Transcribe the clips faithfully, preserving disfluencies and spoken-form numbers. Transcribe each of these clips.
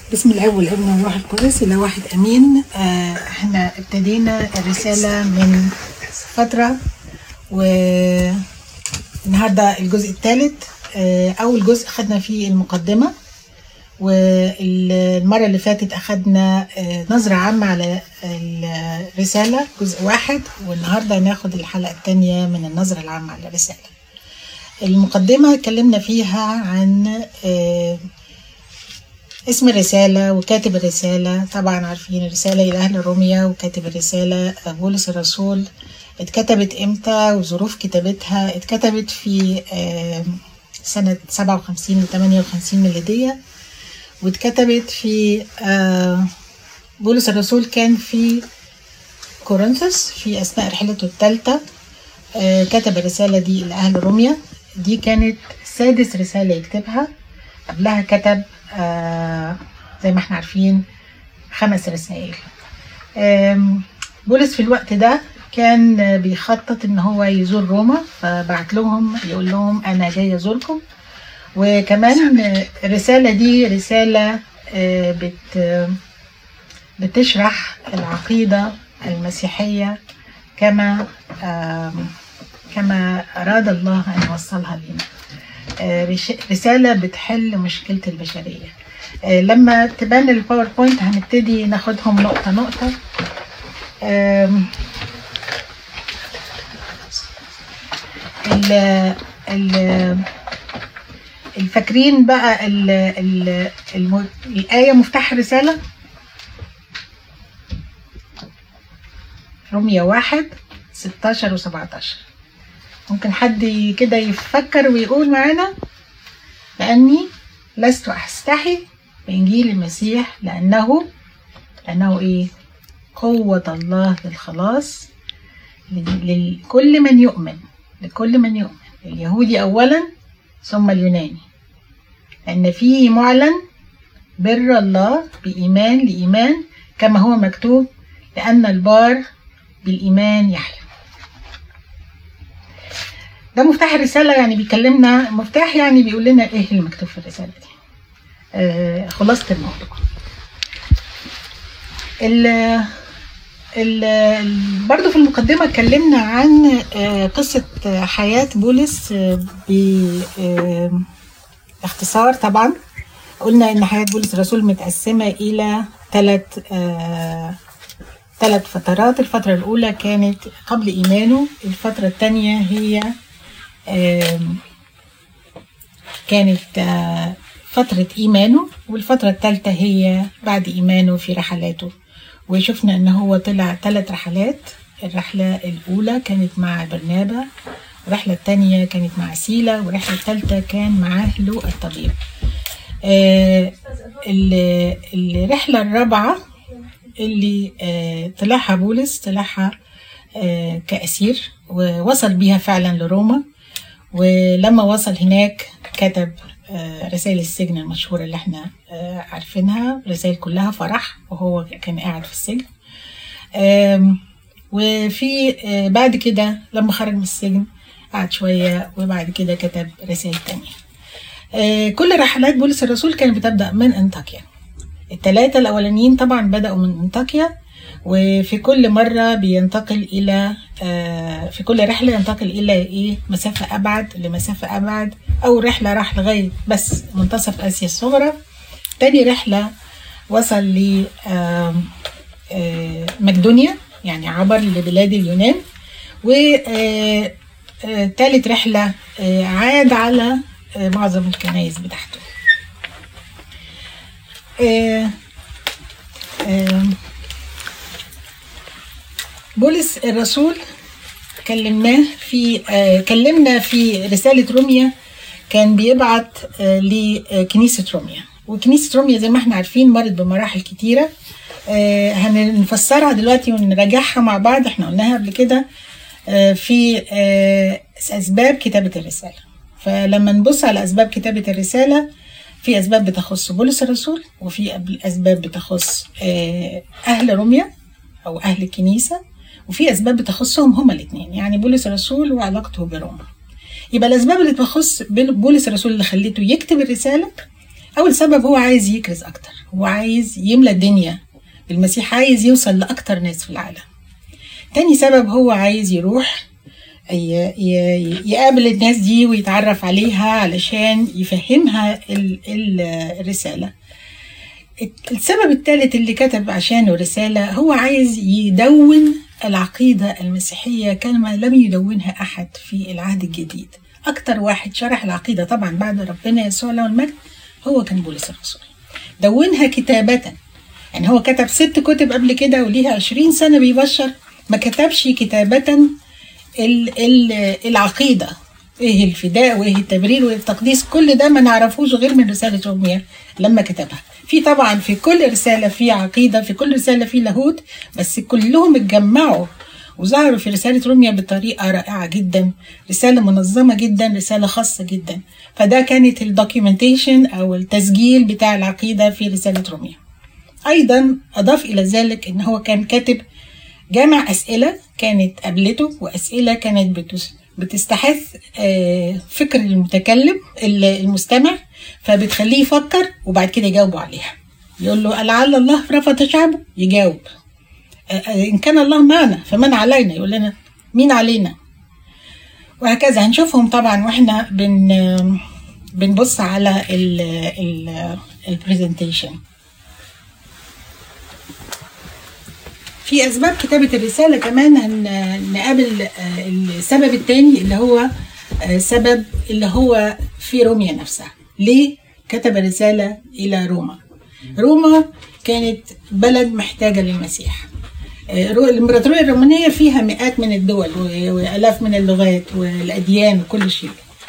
بسم الاب والابن والروح القدس الى واحد امين. آه احنا ابتدينا الرساله من فتره، والنهارده الجزء الثالث. آه اول جزء اخذنا فيه المقدمه، والمره اللي فاتت اخذنا آه نظره عامه على الرساله جزء واحد، والنهارده هناخد الحلقه الثانيه من النظره العامه على الرساله. المقدمه اتكلمنا فيها عن آه اسم الرسالة وكاتب الرسالة. طبعا عارفين الرسالة إلى أهل روميا، وكاتب الرسالة بولس الرسول. اتكتبت امتى وظروف كتابتها؟ اتكتبت في سنة سبعة وخمسين ل ثمانية وخمسين ميلادية، واتكتبت في بولس الرسول كان في كورنثوس في أثناء رحلته الثالثة. كتب الرسالة دي إلى أهل روميا. دي كانت سادس رسالة يكتبها. قبلها كتب آه زي ما احنا عارفين خمس رسائل. بولس في الوقت ده كان بيخطط ان هو يزور روما، فبعت لهم يقول لهم انا جاي ازوركم. وكمان الرسالة دي رسالة آه بت بتشرح العقيدة المسيحية كما آه كما أراد الله أن يوصلها لنا. رسالة بتحل مشكلة البشرية. لما تبان الباوربوينت هنبتدي ناخدهم نقطة نقطة. الفاكرين بقى ال ال ال الآية مفتاح الرسالة رومية واحد ستاشر وسبعتاشر. ممكن حد كده يفكر ويقول معانا: لأني لست أستحي بإنجيل المسيح لأنه لأنه إيه؟ قوة الله للخلاص لكل من يؤمن، لكل من يؤمن، اليهودي أولا ثم اليوناني، لأن فيه معلن بر الله بإيمان لإيمان كما هو مكتوب: لأن البار بالإيمان يحيى. ده مفتاح الرسالة. يعني بيكلمنا مفتاح، يعني بيقول لنا ايه اللي مكتوب في الرسالة دي. آه خلاصة الموضوع. ال ال برضو في المقدمة اتكلمنا عن آه قصة حياة بولس آه باختصار. طبعا قلنا ان حياة بولس الرسول متقسمة الى ثلاث آه ثلاث فترات. الفترة الأولى كانت قبل إيمانه، الفترة الثانية هي كانت فترة إيمانه، والفترة الثالثة هي بعد إيمانه في رحلاته. وشفنا أنه هو طلع ثلاث رحلات. الرحلة الأولى كانت مع برنابا، الرحلة الثانية كانت مع سيلا، والرحلة الثالثة كان معاه لو الطبيب. الرحلة الرابعة اللي طلعها بولس طلعها كأسير، ووصل بيها فعلا لروما. ولما وصل هناك كتب رسائل السجن المشهورة اللي احنا عارفينها، رسائل كلها فرح وهو كان قاعد في السجن. وفي بعد كده لما خرج من السجن قعد شوية، وبعد كده كتب رسائل تانية. كل رحلات بولس الرسول كانت بتبدأ من أنطاكيا. الثلاثة الأولانيين طبعا بدأوا من أنطاكيا، وفي كل مرة بينتقل إلى في كل رحلة ينتقل إلى إيه مسافة أبعد لمسافة أبعد. أول رحلة راح لغاية بس منتصف آسيا الصغرى. تاني رحلة وصل ل مقدونيا، يعني عبر لبلاد اليونان. وثالث رحلة عاد على معظم الكنائس بتاعته. بولس الرسول كلمناه في آه كلمنا في رسالة روميا. كان بيبعت آه لكنيسة روميا، وكنيسة روميا زي ما احنا عارفين مرت بمراحل كتيرة. آه هنفسرها دلوقتي ونراجعها مع بعض. احنا قلناها قبل كده آه في آه أسباب كتابة الرسالة. فلما نبص على أسباب كتابة الرسالة، في أسباب بتخص بولس الرسول، وفي أسباب بتخص آه أهل روميا أو أهل الكنيسة، وفي أسباب بتخصهم هما الاثنين، يعني بولس الرسول وعلاقته بروما. يبقى الأسباب اللي تخص بولس الرسول اللي خليته يكتب الرسالة أول سبب هو عايز يكرز أكتر، هو عايز يملى الدنيا بالمسيح، عايز يوصل لأكتر ناس في العالم. تاني سبب هو عايز يروح يقابل الناس دي ويتعرف عليها علشان يفهمها الرسالة. السبب الثالث اللي كتب عشانه رسالة، هو عايز يدون العقيدة المسيحية كما لم يدونها أحد في العهد الجديد. أكتر واحد شرح العقيدة طبعا بعد ربنا يسوع له المجد هو كان بولس الرسول، دونها كتابة. يعني هو كتب ست كتب قبل كده وليها عشرين سنة بيبشر، ما كتبش كتابة العقيدة، ايه الفداء وايه التبرير وايه التقديس، كل ده ما نعرفوش غير من رسالة روميا لما كتبها. في طبعا في كل رسالة في عقيدة، في كل رسالة في لاهوت، بس كلهم اتجمعوا وظهروا في رسالة روميا بطريقة رائعة جدا، رسالة منظمة جدا، رسالة خاصة جدا. فده كانت الدوكيومنتيشن او التسجيل بتاع العقيدة في رسالة روميا. ايضا اضاف الى ذلك ان هو كان كاتب جامع اسئلة كانت قابلته، واسئلة كانت بتستحث فكر المتكلم المستمع، فبتخليه يفكر وبعد كده يجاوبوا عليها. يقول له لعل الله رفض شعبه، يجاوب. إن كان الله معنا فمن علينا، يقول لنا مين علينا، وهكذا. هنشوفهم طبعا واحنا بن بنبص على البرزنتيشن. في أسباب كتابة الرسالة كمان هنقابل السبب الثاني اللي هو سبب اللي هو في روميا نفسها. ليه كتب رسالة إلى روما؟ روما كانت بلد محتاجة للمسيح. الإمبراطورية الرومانية فيها مئات من الدول وآلاف من اللغات والأديان وكل شيء،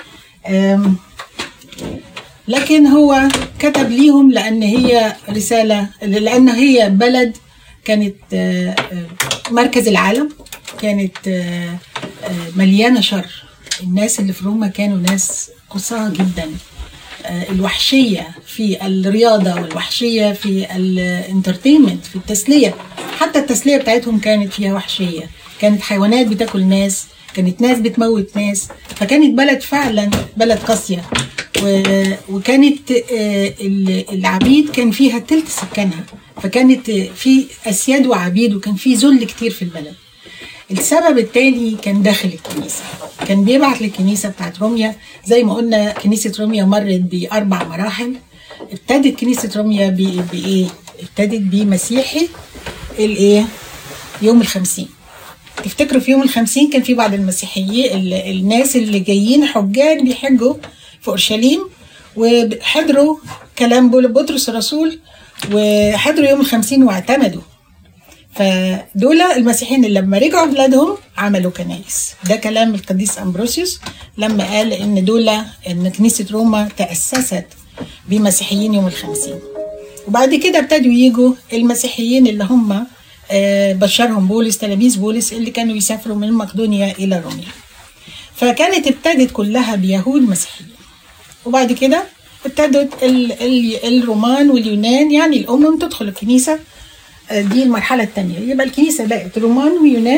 لكن هو كتب ليهم لأن هي رسالة، لأن هي بلد كانت مركز العالم، كانت مليانة شر. الناس اللي في روما كانوا ناس قساة جدا، الوحشية في الرياضة والوحشية في الانترتينمنت، في التسلية، حتى التسلية بتاعتهم كانت فيها وحشية، كانت حيوانات بتاكل ناس، كانت ناس بتموت ناس. فكانت بلد فعلا بلد قاسية، وكانت العبيد كان فيها تلت سكانها، فكانت في أسياد وعبيد، وكان في ذل كتير في البلد. السبب الثاني كان داخل الكنيسة، كان بيبعت للكنيسة بتاعت روميا. زي ما قلنا كنيسة روميا مرت بأربع مراحل. ابتدت كنيسة روميا بإيه؟ ابتدت بمسيحي الإيه؟ يوم الخمسين. تفتكروا في يوم الخمسين كان في بعض المسيحيين، الناس اللي جايين حجاج بيحجوا في أورشليم، وحضروا كلام بطرس الرسول، وحضروا يوم الخمسين واعتمدوا. فدول المسيحيين اللي لما رجعوا بلادهم عملوا كنائس. ده كلام القديس أمبروسيوس لما قال إن دول إن كنيسة روما تأسست بمسيحيين يوم الخمسين. وبعد كده ابتدوا يجوا المسيحيين اللي هم بشرهم بولس، تلاميذ بولس اللي كانوا يسافروا من مقدونيا إلى روميا. فكانت ابتدت كلها بيهود مسيحيين، وبعد كده ابتدت الرومان واليونان، يعني الأمم تدخل الكنيسة. دي المرحلة الثانية. يبقى الكنيسة بقت رومان ويونان.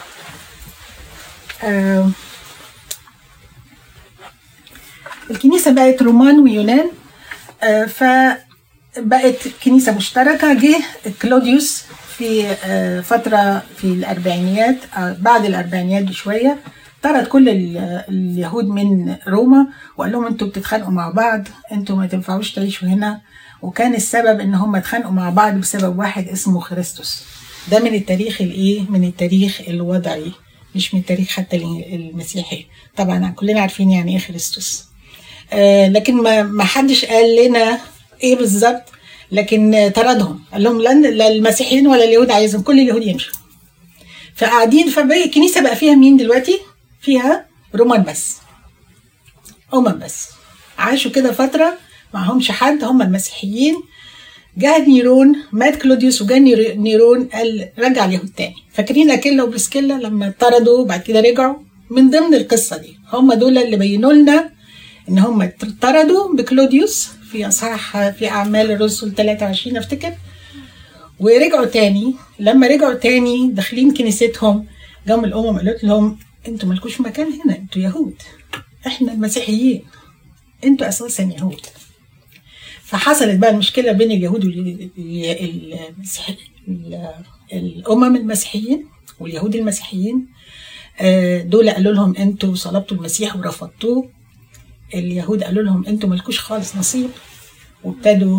آه الكنيسة بقت رومان ويونان، آه فبقت كنيسة مشتركة. جه كلوديوس في آه فترة في الأربعينيات، آه بعد الأربعينيات بشوية، طرد كل اليهود من روما وقال لهم انتوا بتتخانقوا مع بعض، انتوا ما تنفعوش تعيشوا هنا. وكان السبب ان هم اتخانقوا مع بعض بسبب واحد اسمه خريستوس. ده من التاريخ الايه؟ من التاريخ الوضعي، مش من التاريخ حتى المسيحي. طبعا كلنا عارفين يعني ايه خريستوس، آه لكن ما ما حدش قال لنا ايه بالظبط. لكن طردهم، قال لهم لا المسيحيين ولا اليهود عايزهم، كل اليهود يمشوا. فقاعدين، فبقى الكنيسه بقى فيها مين دلوقتي؟ فيها رومان بس، أمم بس. عاشوا كده فترة معهمش حد، هم المسيحيين. جاء نيرون، مات كلوديوس وجاء نيرون قال رجع اليهود تاني. فاكرين أكيلا وبرسكيلا لما طردوا وبعد كده رجعوا؟ من ضمن القصة دي هم دول اللي بينوا لنا إن هم طردوا بكلوديوس في أصحاح في أعمال الرسل ثلاثة وعشرين أفتكر، ورجعوا تاني. لما رجعوا تاني داخلين كنيستهم، جم الأمم قالت لهم انتوا مالكوش مكان هنا، انتوا يهود، احنا المسيحيين، انتوا اساسا يهود. فحصلت بقى المشكلة بين اليهود والأمم المسيحيين واليهود المسيحيين. دول قالوا لهم انتوا صلبتوا المسيح ورفضتوه، اليهود قالوا لهم انتوا ملكوش خالص نصيب، وابتدوا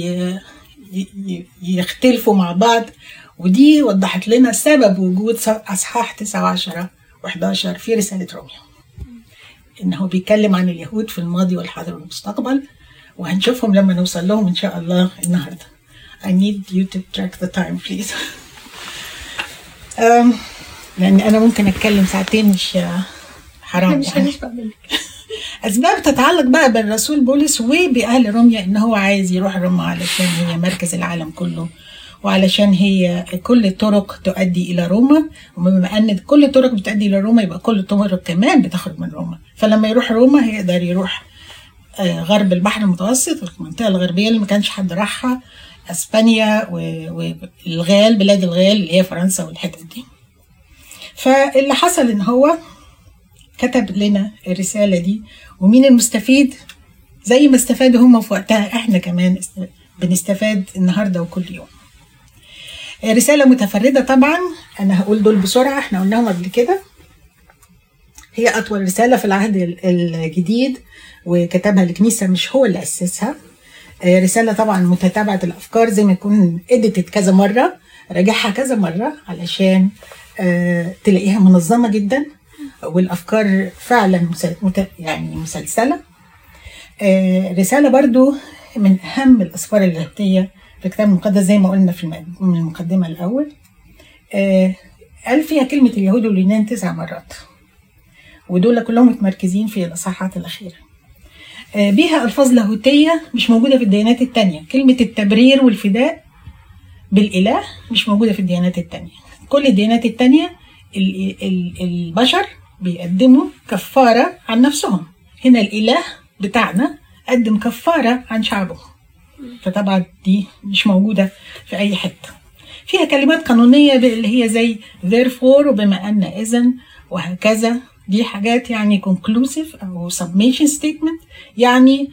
يختلفوا مع بعض. ودي وضحت لنا سبب وجود أصحاح تسعة وعشرة وحداشر في رسالة روميا، إنه بيتكلم عن اليهود في الماضي والحاضر والمستقبل، وهنشوفهم لما نوصل لهم إن شاء الله النهاردة. I need you to track the time please. um, لأن أنا ممكن أتكلم ساعتين، مش حرام يعني. أسباب تتعلق بقى بالرسول بولس وبأهل روميا، إن هو عايز يروح روما علشان هي مركز العالم كله، وعلشان هي كل الطرق تؤدي إلى روما، وبما أن كل الطرق بتؤدي إلى روما يبقى كل الطرق كمان بتخرج من روما. فلما يروح روما هيقدر يروح غرب البحر المتوسط، المنطقة الغربية اللي ما كانش حد راحها، أسبانيا والغال، بلاد الغال اللي هي فرنسا والحتت دي. فاللي حصل إن هو كتب لنا الرسالة دي، ومين المستفيد؟ زي ما استفادوا هم في وقتها احنا كمان بنستفاد النهاردة وكل يوم. رسالة متفردة طبعا، أنا هقول دول بسرعة، احنا قلناهم قبل كده. هي أطول رسالة في العهد الجديد، وكتبها الكنيسة مش هو اللي أسسها. رسالة طبعا متتابعة الأفكار، زي ما يكون اديتت كذا مرة، راجعها كذا مرة علشان تلاقيها منظمة جدا، والأفكار فعلا يعني مسلسلة. رسالة برضو من أهم الأسفار اللاهوتية في الكتاب المقدس، زي ما قلنا في المقدمة الأول. قال فيها كلمة اليهود واليونان تسع مرات، ودول كلهم متمركزين في الأصحاحات الأخيرة. بيها ألفاظ لاهوتية مش موجودة في الديانات التانية. كلمة التبرير والفداء بالإله مش موجودة في الديانات التانية. كل الديانات التانية البشر بيقدموا كفارة عن نفسهم، هنا الإله بتاعنا قدم كفارة عن شعبه، فطبعا دي مش موجودة في أي حتة. فيها كلمات قانونية اللي هي زي therefore وبما أن إذن وهكذا، دي حاجات يعني conclusive أو submission statement، يعني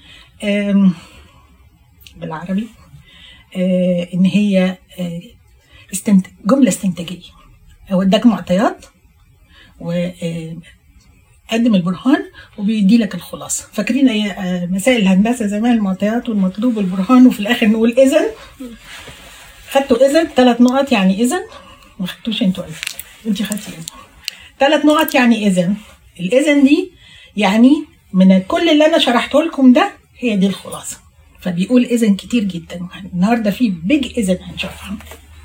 بالعربي إن هي استنت... جملة استنتاجية، وداك معطيات وقدم البرهان وبيدي لك الخلاصة. فاكرين ايه مسائل الهندسة زمان، المعطيات والمطلوب والبرهان، وفي الآخر نقول إذن. خدتوا إذن ثلاث نقط يعني إذن، ما خدتوش انتوا إذن، انتي خدتي إذن ثلاث نقط يعني إذن. الإذن دي يعني من كل اللي أنا شرحته لكم ده هي دي الخلاصة. فبيقول إذن كتير جدا، النهارده في بيج إذن هنشوفها.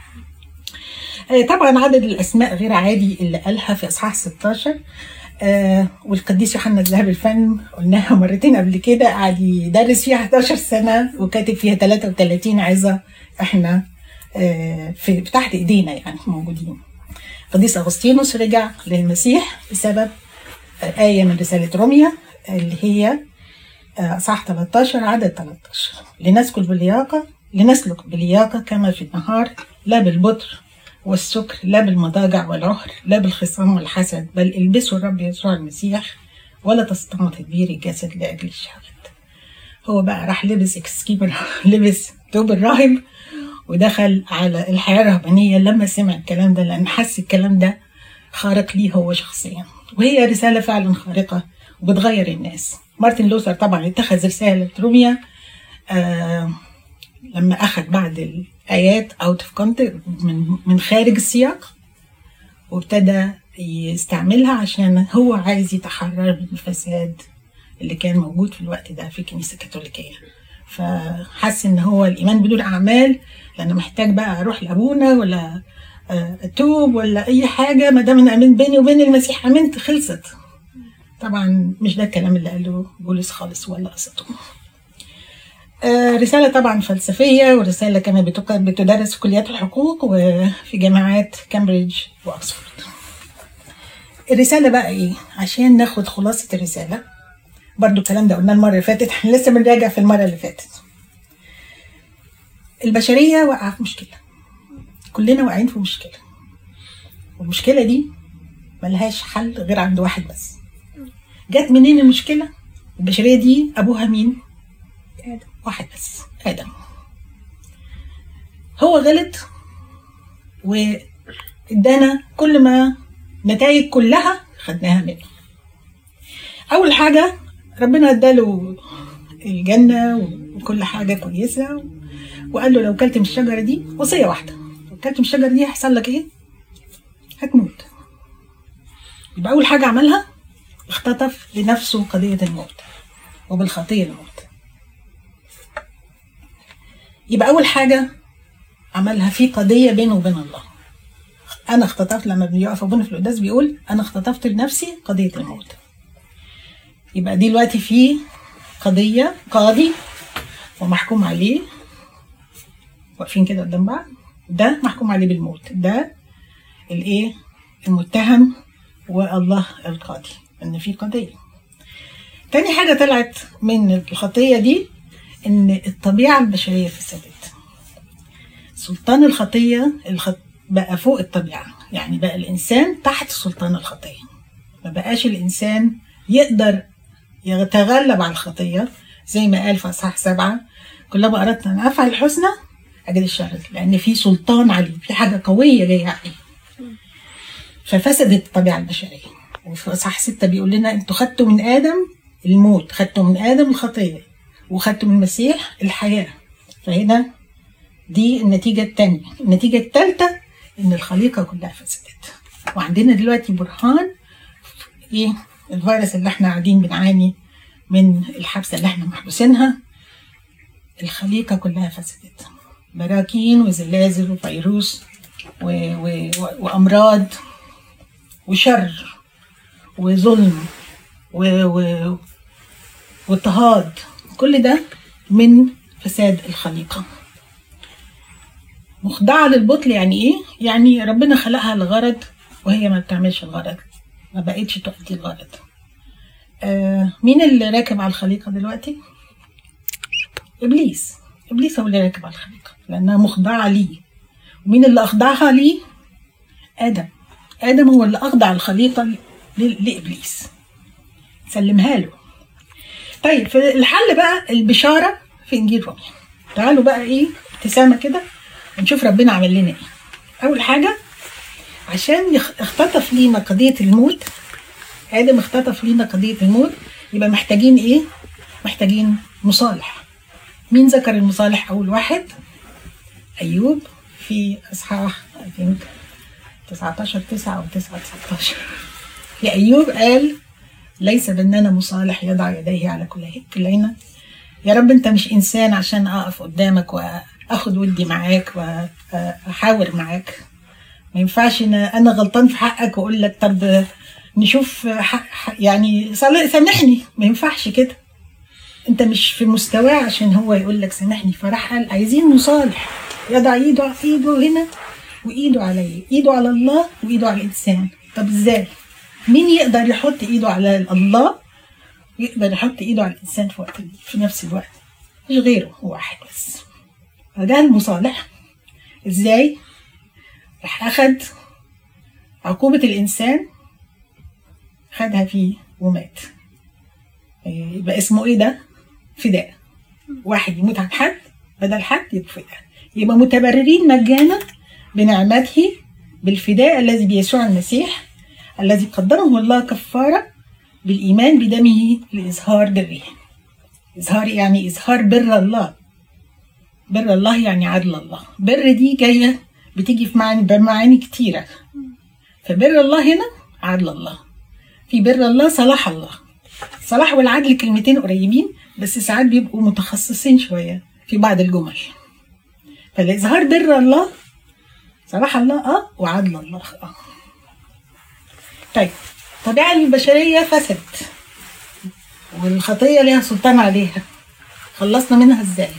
طبعا عدد الأسماء غير عادي اللي قالها في إصحاح ستاشر. آه والقديس يوحنا الذهبي الفم قلناها مرتين قبل كده، قعد يدرس فيها حداشر سنة وكاتب فيها ثلاثة وثلاثين عظة احنا آه في تحت ايدينا يعني موجودين. قديس أغسطينوس رجع للمسيح بسبب آه آية من رسالة روميا اللي هي اصحاح آه ثلاثة عشر عدد ثلاثة عشر: لنسلك بلياقة لنسلك بلياقة كما في النهار، لا بالبطر والسكر، لا بالمضاجع والعهر، لا بالخصام والحسد، بل البسوا الرب يسوع المسيح ولا تستطيعوا تدبير الجسد لأجل الشهوات. هو بقى راح لبس اكسكيبر، لبس ثوب الراهب ودخل على الحياة الرهبانية لما سمع الكلام ده، لأن حس الكلام ده خارق ليه هو شخصيا، وهي رسالة فعلا خارقة وبتغير الناس. مارتن لوثر طبعا اتخذ رسالة روميا آه لما أخذ بعض الآيات out of context من من خارج السياق، وابتدى يستعملها عشان هو عايز يتحرر من الفساد اللي كان موجود في الوقت ده في الكنيسة الكاثوليكية. فحس إن هو الإيمان بدون أعمال، لأنه محتاج بقى أروح لأبونا ولا أتوب ولا أي حاجة، ما دام أنا آمنت بيني وبين المسيح آمنت خلصت. طبعا مش ده الكلام اللي قاله بولس خالص ولا قصته. رسالة طبعا فلسفية، ورسالة كانت بتدرس في كليات الحقوق وفي جامعات كامبريدج وأكسفورد. الرسالة بقى إيه؟ عشان ناخد خلاصة الرسالة، برضو الكلام ده قلنا المرة اللي فاتت، احنا لسه بنراجع في المرة اللي فاتت. البشرية واقعة في مشكلة، كلنا واقعين في مشكلة، والمشكلة دي ملهاش حل غير عند واحد بس. جت منين المشكلة؟ البشرية دي أبوها مين؟ آدم. واحد بس، آدم. هو غلط وادانا كل ما نتائج كلها خدناها منه. أول حاجة ربنا اداله الجنة وكل حاجة كويسة، وقال له لو كلت من الشجرة دي، وصية واحدة، لو كلت من الشجرة دي هيحصل لك ايه؟ هتموت. يبقى أول حاجة عملها اختطف لنفسه قضية الموت، وبالخطية الموت. يبقى أول حاجة عملها في قضية بينه وبين الله. أنا اختطفت، لما بيقف أبونا في القداس بيقول أنا اختطفت لنفسي قضية الموت. يبقى دي دلوقتي في قضية، قاضي ومحكوم عليه، واقفين كده قدام بعض، ده محكوم عليه بالموت، ده الايه؟ المتهم، والله القاضي، ان في قضية. تاني حاجة طلعت من الخطية دي ان الطبيعة البشرية فسدت. سلطان الخطية الخط... بقى فوق الطبيعة، يعني بقى الإنسان تحت سلطان الخطية. ما بقاش الإنسان يقدر يتغلب على الخطية، زي ما قال في أصحاح سبعة كلما أردت أن أفعل الحسنى أجد الشر، لأن في سلطان عليه، في حاجة قوية جاية عليه. ففسدت الطبيعة البشرية. وفي أصحاح ستة بيقول لنا أنتوا خدتوا من آدم الموت، خدتوا من آدم الخطية، وخدتوا من المسيح الحياة. فهنا دي النتيجة الثانية. النتيجة الثالثة إن الخليقة كلها فسدت. وعندنا دلوقتي برهان إيه؟ الفيروس اللي احنا قاعدين بنعاني من الحبسة اللي احنا محبوسينها، الخليقة كلها فسدت. براكين وزلازل وفيروس و... و... وأمراض وشر وظلم و... و... واضطهاد، كل ده من فساد الخليقة. مخضعة للبطل يعني ايه؟ يعني ربنا خلقها لغرض وهي ما بتعملش الغرض، ما بقتش تؤدي الغرض. آه مين اللي راكب على الخليقة دلوقتي؟ إبليس. إبليس هو اللي راكب على الخليقة لأنها مخضعة ليه. ومين اللي أخضعها ليه؟ آدم. آدم هو اللي أخضع الخليقة لإبليس، سلمها له. طيب في الحل بقى البشارة في إنجيل روميا. تعالوا بقى إيه ابتسامة كده ونشوف ربنا عمل لنا إيه. أول حاجة عشان اختطف لينا قضية الموت، آدم اختطف لينا قضية الموت، يبقى محتاجين إيه؟ محتاجين مصالح. مين ذكر المصالح؟ أول واحد أيوب في أصحاح تسعتاشر تسعة أو تسعة تسعتاشر. في أيوب قال ليس بيننا مصالح يضع يديه على كل عينة. يا رب أنت مش إنسان عشان أقف قدامك وأخد ودي معاك وأحاور معاك. ما ينفعش أنا غلطان في حقك وأقول لك طب نشوف حق يعني سامحني. ما ينفعش كده، أنت مش في مستواه عشان هو يقول لك سامحني. فراح قال عايزين مصالح، يضع إيده إيده هنا وإيده عليه، إيده على الله وإيده على الإنسان. طب إزاي؟ مين يقدر يحط إيده على الله ويقدر يحط إيده على الإنسان في وقت في نفس الوقت؟ مش غيره، هو واحد بس. فده المصالح. إزاي؟ راح أخد عقوبة الإنسان، خدها فيه ومات. يبقى اسمه إيه ده؟ فداء. واحد يموت عن حد بدل حد يبقى فداء. يبقى متبررين مجانا بنعمته بالفداء الذي بيسوع المسيح الذي قدمه الله كفارة بالإيمان بدمه لإظهار بره. إظهار يعني إظهار بر الله. بر الله يعني عدل الله. بر دي جاية بتيجي في معاني بمعاني كتيرة. فبر الله هنا عدل الله. في بر الله صلاح الله. صلاح والعدل كلمتين قريبين بس ساعات بيبقوا متخصصين شوية في بعض الجمل. فالإظهار بر الله صلاح الله اه وعدل الله اه. طيب الطبيعة البشرية فسدت والخطية ليها سلطان عليها. خلصنا منها ازاي؟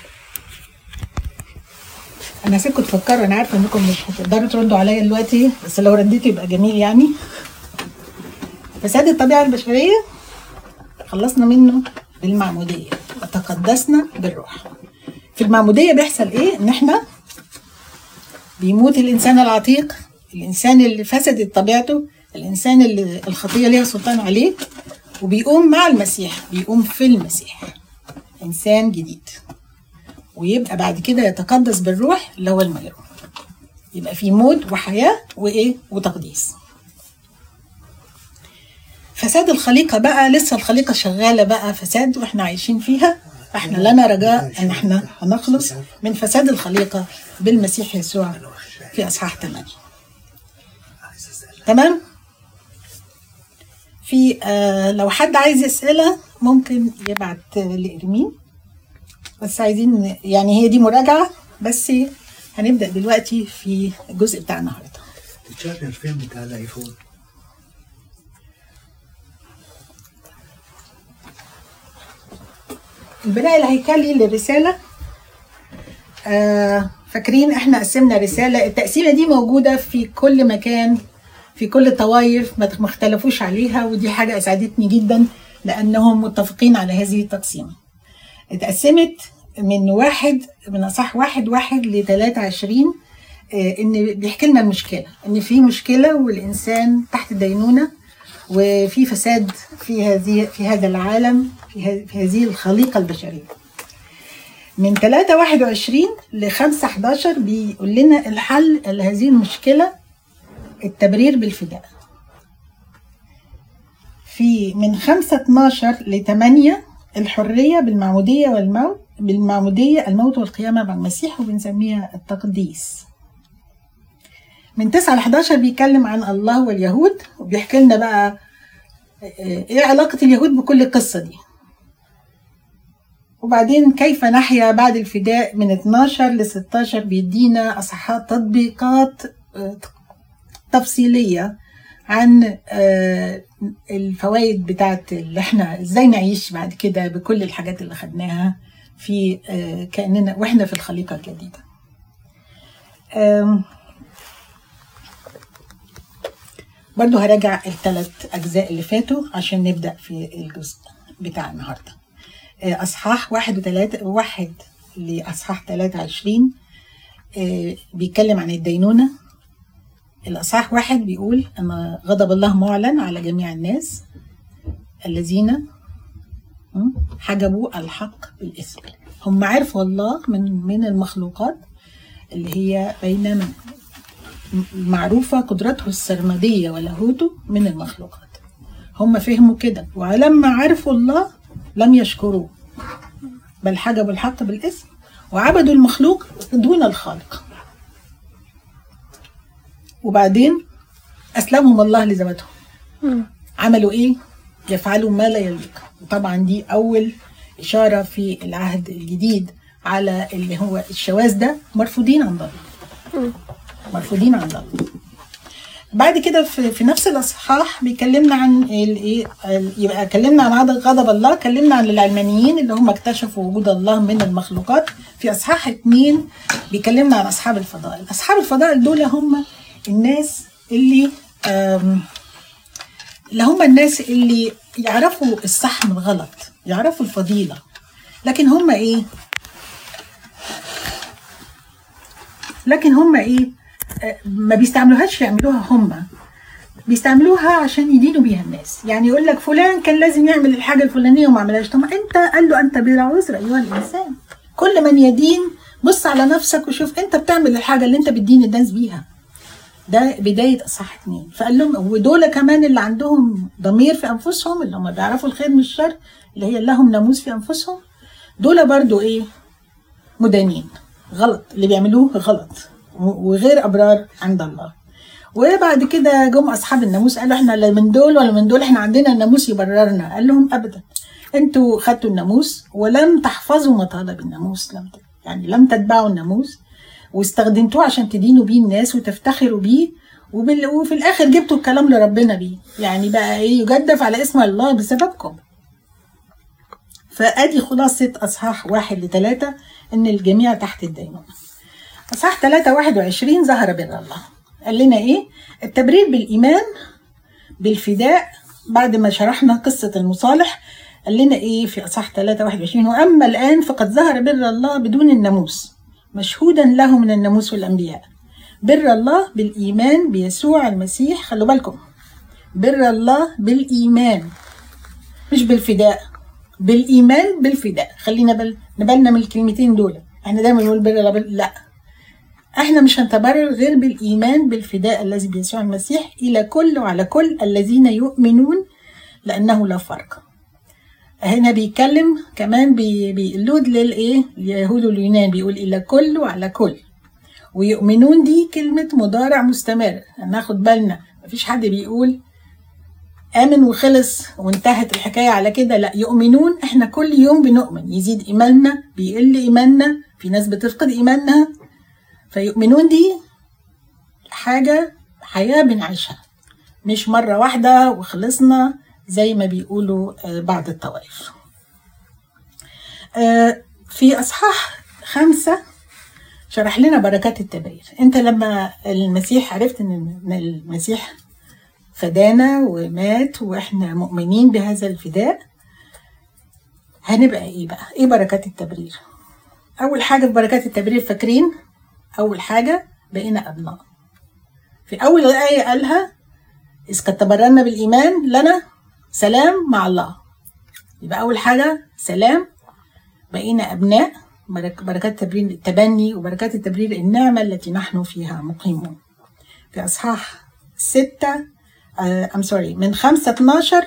انا هسيبكم تفكروا، انا عارفه انكم مش هتقدروا تردوا عليا دلوقتي بس لو رديتوا يبقى جميل. يعني فساد الطبيعة البشرية خلصنا منه بالمعمودية وتقدسنا بالروح. في المعمودية بيحصل ايه؟ ان احنا بيموت الانسان العتيق، الانسان اللي فسدت طبيعته، الانسان اللي الخطية ليها سلطان عليه، وبيقوم مع المسيح، بيقوم في المسيح انسان جديد. ويبقى بعد كده يتقدس بالروح اللي هو الميرون. يبقى في موت وحياة وإيه وتقديس. فساد الخليقة بقى لسه الخليقة شغالة بقى فساد وإحنا عايشين فيها. احنا لنا رجاء ان احنا هنخلص من فساد الخليقة بالمسيح يسوع في اصحاح ثمانية. تمام. في آه لو حد عايز اسئله ممكن يبعت لإرمين، بس عايزين يعني هي دي مراجعه بس. هنبدا دلوقتي في الجزء بتاع النهارده. تشارج الفيلم بتاع الايفون. البناء الهيكلي للرسالة. آه فاكرين احنا قسمنا رسالة، التقسيمة دي موجودة في كل مكان في كل الطوائف، ما اختلفوش عليها، ودي حاجة اسعدتني جدا لانهم متفقين على هذه التقسيمة. اتقسمت من واحد من اصح واحد واحد لثلاثة وعشرين. آه ان بيحكي لنا المشكلة، ان في مشكلة والانسان تحت دينونة وفي فساد في هذه في هذا العالم في هذه الخليقة البشرية. من ثلاثة واحد وعشرين لخمسة حداشر بيقول لنا الحل لهذه المشكلة التبرير بالفداء. في من خمسة اتناشر لثمانية الحرية بالمعمودية والموت بالمعمودية الموت والقيامة مع المسيح وبنسميها التقديس. من تسعة لحداشر بيتكلم عن الله واليهود وبيحكي لنا بقى ايه علاقة اليهود بكل القصة دي. وبعدين كيف نحيا بعد الفداء من اتناشر لستاشر بيدينا اصحاحات تطبيقات تفصيلية عن الفوائد بتاعت اللي احنا ازاي نعيش بعد كده بكل الحاجات اللي خدناها في كأننا واحنا في الخليقة الجديدة. برضو هراجع الثلاث أجزاء اللي فاتوا عشان نبدأ في الجزء بتاع النهاردة. أصحاح واحد وثلاثة واحد لأصحاح ثلاثة وعشرين بيتكلم عن الدينونة. الأصحاح واحد بيقول أن غضب الله معلن على جميع الناس الذين حجبوا الحق بالإثم. هم عرفوا الله من من المخلوقات اللي هي بين من معروفة قدرته السرمدية ولاهوته من المخلوقات. هم فهموا كده، ولما عرفوا الله لم يشكروه بل حجبوا الحق بالاسم وعبدوا المخلوق دون الخالق. وبعدين أسلمهم الله لذواتهم. عملوا إيه؟ يفعلوا ما لا يليق. وطبعا دي أول إشارة في العهد الجديد على اللي هو الشواذ ده مرفوضين عند الله. مرفوضين عند الله. بعد كده في, في نفس الاصحاح بيكلمنا عن الايه، يبقى كلمنا عن عدم غضب الله، كلمنا عن العلمانيين اللي هم اكتشفوا وجود الله من المخلوقات. في اصحاح اتنين بيكلمنا عن اصحاب الفضائل. اصحاب الفضائل دول هم الناس اللي اللي هم الناس اللي يعرفوا الصح من الغلط، يعرفوا الفضيلة، لكن هم ايه لكن هم ايه ما بيستعملوهاش يعملوها، هم بيستعملوها عشان يدينوا بيها الناس. يعني يقول لك فلان كان لازم يعمل الحاجة الفلانية وما عملهاش. طب انت قال له انت بلا عذر ايها الانسان، كل من يدين بص على نفسك وشوف انت بتعمل الحاجة اللي انت بتدين الناس بيها. ده بداية اصحاح اتنين. فقال لهم ودول كمان اللي عندهم ضمير في انفسهم، اللي هم بيعرفوا الخير من الشر، اللي هي لهم ناموس في انفسهم، دول برضو ايه مدانين. غلط اللي بيعملوه غلط وغير أبرار عند الله. وبعد كده جم أصحاب الناموس قالوا احنا لا من دول ولا من دول، احنا عندنا الناموس يبررنا. قال لهم أبدا، انتوا خدتوا الناموس ولم تحفظوا مطالب الناموس، لم يعني لم تتبعوا الناموس واستخدمتوه عشان تدينوا بيه الناس وتفتخروا بيه، وفي الآخر جبتوا الكلام لربنا بيه. يعني بقى ايه يجدف على اسم الله بسببكم. فأدي خلاصة أصحاح واحد لثلاثة إن الجميع تحت الدينونة. أصحاح ثلاثة واحد وعشرين ظهر بر الله. قال لنا إيه؟ التبرير بالإيمان بالفداء. بعد ما شرحنا قصة المصالح قال لنا إيه في أصحاح ثلاثة واحد وعشرين؟ وأما الآن فقد ظهر بر الله بدون الناموس مشهودا له من الناموس والأنبياء. بر الله بالإيمان بيسوع المسيح. خلوا بالكم، بر الله بالإيمان مش بالفداء، بالإيمان بالفداء. خلينا بل نبلنا من الكلمتين دول. احنا دايما نقول بر لا, لا احنا مش هنتبرر غير بالإيمان بالفداء الذي بيسوع المسيح إلى كل وعلى كل الذين يؤمنون لأنه لا فرق. هنا بيتكلم كمان بيقلود للإيه؟ اليهود واليونان، بيقول إلى كل وعلى كل. ويؤمنون دي كلمة مضارع مستمر، ناخد بالنا مفيش حد بيقول آمن وخلص وانتهت الحكاية على كده، لا، يؤمنون احنا كل يوم بنؤمن، يزيد إيماننا بيقل إيماننا، في ناس بتفقد إيمانها. فيؤمنون دي حاجة حياة بنعيشها، مش مرة واحدة وخلصنا زي ما بيقولوا بعض الطوائف. في أصحاح خمسة شرح لنا بركات التبرير. انت لما المسيح عرفت ان المسيح فدانا ومات واحنا مؤمنين بهذا الفداء، هنبقى ايه بقى؟ ايه بركات التبرير؟ اول حاجة في بركات التبرير، فاكرين اول حاجة بقينا ابناء. في اول آية قالها إذ قد تبررنا بالإيمان لنا سلام مع الله. يبقى أول حاجة سلام، بقينا أبناء، بركات تبرير التبني وبركات التبرير النعمة التي نحن فيها مقيمون. في أصحاح ستة أم سوري من خمسة اتناشر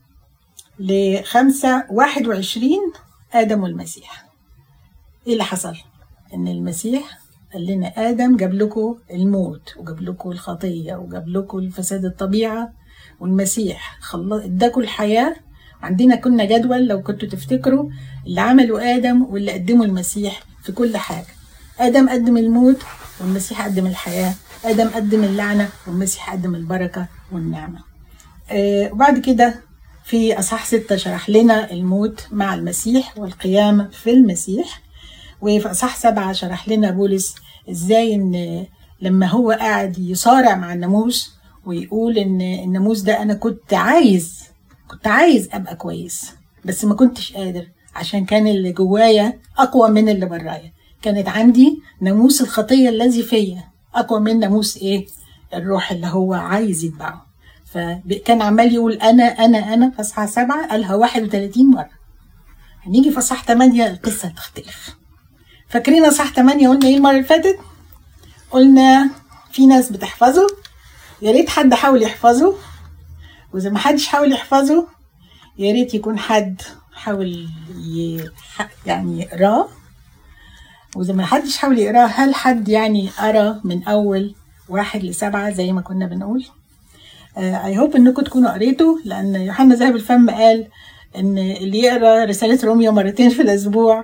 لخمسة واحد وعشرين آدم والمسيح. إيه اللي حصل؟ إن المسيح قال لنا آدم جاب لكم الموت وجاب لكم الخطية وجاب لكم الفساد الطبيعة، والمسيح اداكم الحياة. عندنا كنا جدول لو كنتوا تفتكروا اللي عملوا آدم واللي قدموا المسيح في كل حاجة. آدم قدم الموت والمسيح قدم الحياة، آدم قدم اللعنة والمسيح قدم البركة والنعمة. آه وبعد كده في أصحاح ستة شرح لنا الموت مع المسيح والقيامة في المسيح. وفي أصحاح سبعة شرح لنا بولس إزاي إن لما هو قاعد يصارع مع الناموس ويقول إن الناموس ده أنا كنت عايز كنت عايز أبقى كويس بس ما كنتش قادر، عشان كان اللي جوايا أقوى من اللي برايا. كانت عندي ناموس الخطية الذي فيا أقوى من ناموس إيه؟ الروح اللي هو عايز يتبعه. فكان عمال يقول أنا أنا أنا. في أصحاح سبعة قالها واحد وثلاثين مرة. هنيجي في أصحاح ثمانية القصة تختلف. فاكرين أصحاح ثمانية قلنا إيه المرة اللي فاتت؟ قلنا في ناس بتحفظه، يا ريت حد حاول يحفظه، وإذا ما حدش حاول يحفظه يا ريت يكون حد حاول يعني يقراه، وإذا ما حدش حاول يقراه هل حد يعني قرا من أول واحد لسبعة زي ما كنا بنقول؟ اي هوب انكم تكونوا قريتوا، لأن يوحنا ذهب الفم قال إن اللي يقرا رسالة روميا مرتين في الأسبوع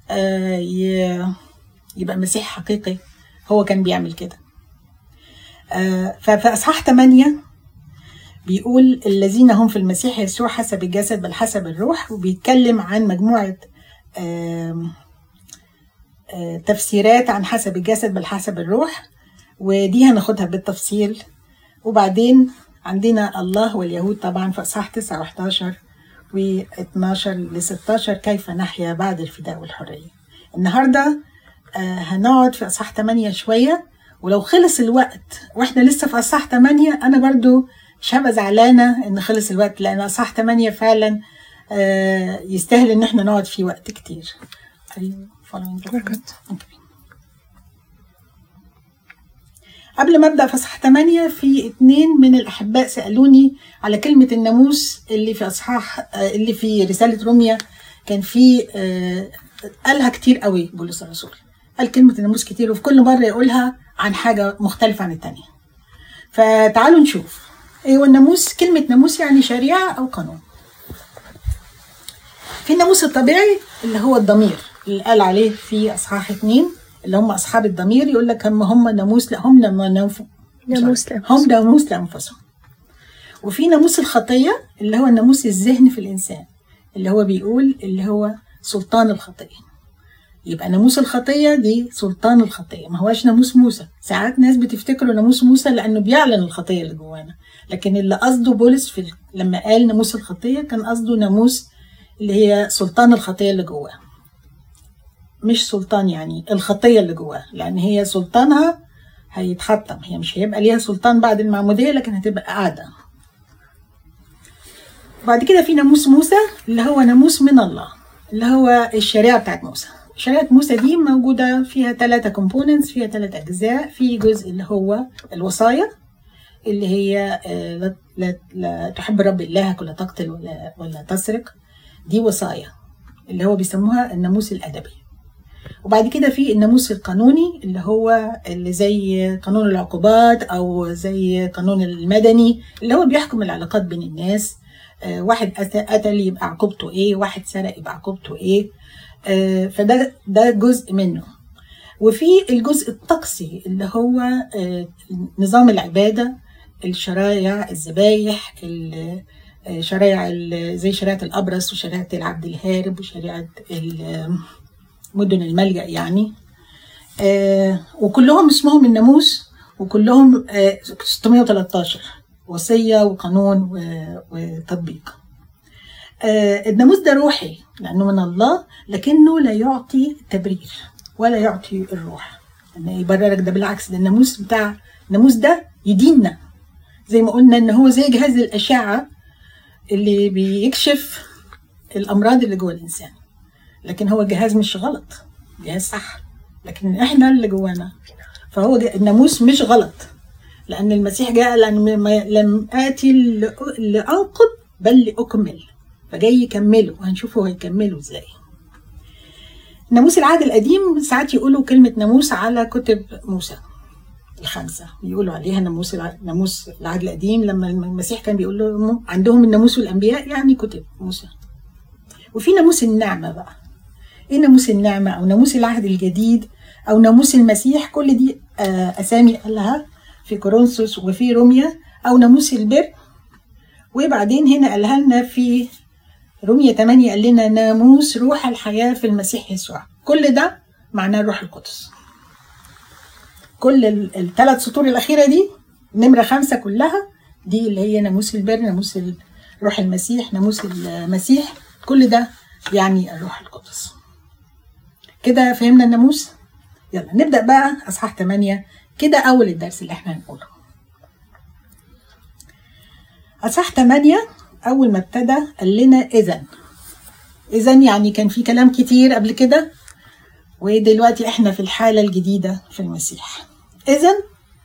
يبقى مسيح حقيقي. هو كان بيعمل كده. ففي أصحاح ثمانية بيقول الذين هم في المسيح يسوع حسب الجسد بل حسب الروح، وبيتكلم عن مجموعة تفسيرات عن حسب الجسد بل حسب الروح، ودي هناخدها بالتفصيل. وبعدين عندنا الله واليهود طبعا في أصحاح تسعة وحداشر واثناشر لستاشر كيف نحيا بعد الفداء والحرية. النهاردة هنقعد في أصحاح ثمانية شوية، ولو خلص الوقت واحنا لسه في أصحاح ثمانية أنا برضو مش هبقى زعلانة إن خلص الوقت، لأن أصحاح ثمانية فعلا يستاهل إن احنا نقعد فيه وقت كتير. قبل ما أبدأ في أصحاح ثمانية، في اتنين من الأحباء سألوني على كلمة الناموس اللي في أصحاح اللي في رسالة روميا. كان في قالها كتير قوي بولس الرسول، قال كلمة الناموس كتير وفي كل مرة يقولها عن حاجة مختلفة عن التانية. فتعالوا نشوف ايه هو الناموس. كلمة ناموس يعني شريعة أو قانون. في الناموس الطبيعي اللي هو الضمير اللي قال عليه في أصحاح اتنين اللي هم أصحاب الضمير، يقول لك هم هم ناموس لا هم ناموس هم ناموس لأنفسهم. وفي ناموس الخطية اللي هو الناموس الذهني في الإنسان، اللي هو بيقول اللي هو سلطان الخطية. يبقى ناموس الخطية دي سلطان الخطية، ما هواش ناموس موسى. ساعات ناس بتفتكروا ناموس موسى لأنه بيعلن الخطية اللي جوانا، لكن اللي قصده بولس في لما قال ناموس الخطية كان قصده ناموس اللي هي سلطان الخطية اللي جواه، مش سلطان يعني الخطية اللي جواه، لأن هي سلطانها هيتحطم، هي مش هيبقى ليها سلطان بعد المعمودية لكن هتبقى قاعدة. بعد كده في ناموس موسى اللي هو ناموس من الله، اللي هو الشريعة بتاعت موسى. شريعة موسى دي موجودة فيها ثلاثة كومبوننتس، فيها ثلاث أجزاء. في جزء اللي هو الوصايا اللي هي لا, لا, لا تحب رب إلهك ولا تقتل ولا, ولا تسرق، دي وصايا اللي هو بيسموها الناموس الأدبي. وبعد كده في الناموس القانوني اللي هو اللي زي قانون العقوبات أو زي قانون المدني اللي هو بيحكم العلاقات بين الناس. آه واحد قتل يبقى عقوبته إيه، واحد سرق يبقى عقوبته إيه. آه فده ده جزء منه. وفي الجزء الطقسي اللي هو آه نظام العبادة، الشرايع، الذبايح، شرائع زي شريعة الأبرص وشريعة العبد الهارب وشريعة مدن الملجأ يعني. آه وكلهم اسمهم الناموس، وكلهم آه ستمائة وثلاثة عشر وصية وقانون وتطبيق. آه الناموس ده روحي لأنه من الله، لكنه لا يعطي تبرير ولا يعطي الروح يعني يبررك. ده بالعكس، ده الناموس بتاع الناموس ده يديننا، زي ما قلنا ان هو زي جهاز الأشعة اللي بيكشف الأمراض اللي جوه الإنسان، لكن هو جهاز مش غلط، جهاز صح، لكن احنا اللي جوانا. فهو الناموس مش غلط، لأن المسيح جاء لأن لم آتي لأنقض بل لأكمل، فجاي يكمله، وهنشوفه هو يكمله ازاي. ناموس العهد القديم ساعات يقولوا كلمة ناموس على كتب موسى الخمسة، يقولوا عليها ناموس ناموس العهد القديم، لما المسيح كان بيقول لهم عندهم الناموس والأنبياء يعني كتب موسى. وفي ناموس النعمة بقى. ايه ناموس النعمة أو ناموس العهد الجديد أو ناموس المسيح؟ كل دي أسامي قالها في كورنثوس وفي روميا، أو ناموس البر. وبعدين هنا قالها لنا في روميا ثمانية، قال لنا ناموس روح الحياة في المسيح يسوع. كل ده معناه الروح القدس. كل الثلاث سطور الأخيرة دي نمرة خمسة كلها دي اللي هي ناموس البر، ناموس روح المسيح، ناموس المسيح، كل ده يعني الروح القدس. كده فهمنا الناموس؟ يلا نبدأ بقى أصحاح ثمانية. كده أول الدرس اللي احنا هنقوله. أصحاح ثمانية أول ما ابتدى قال لنا إذن. إذن يعني كان في كلام كتير قبل كده، ودلوقتي احنا في الحالة الجديدة في المسيح. إذن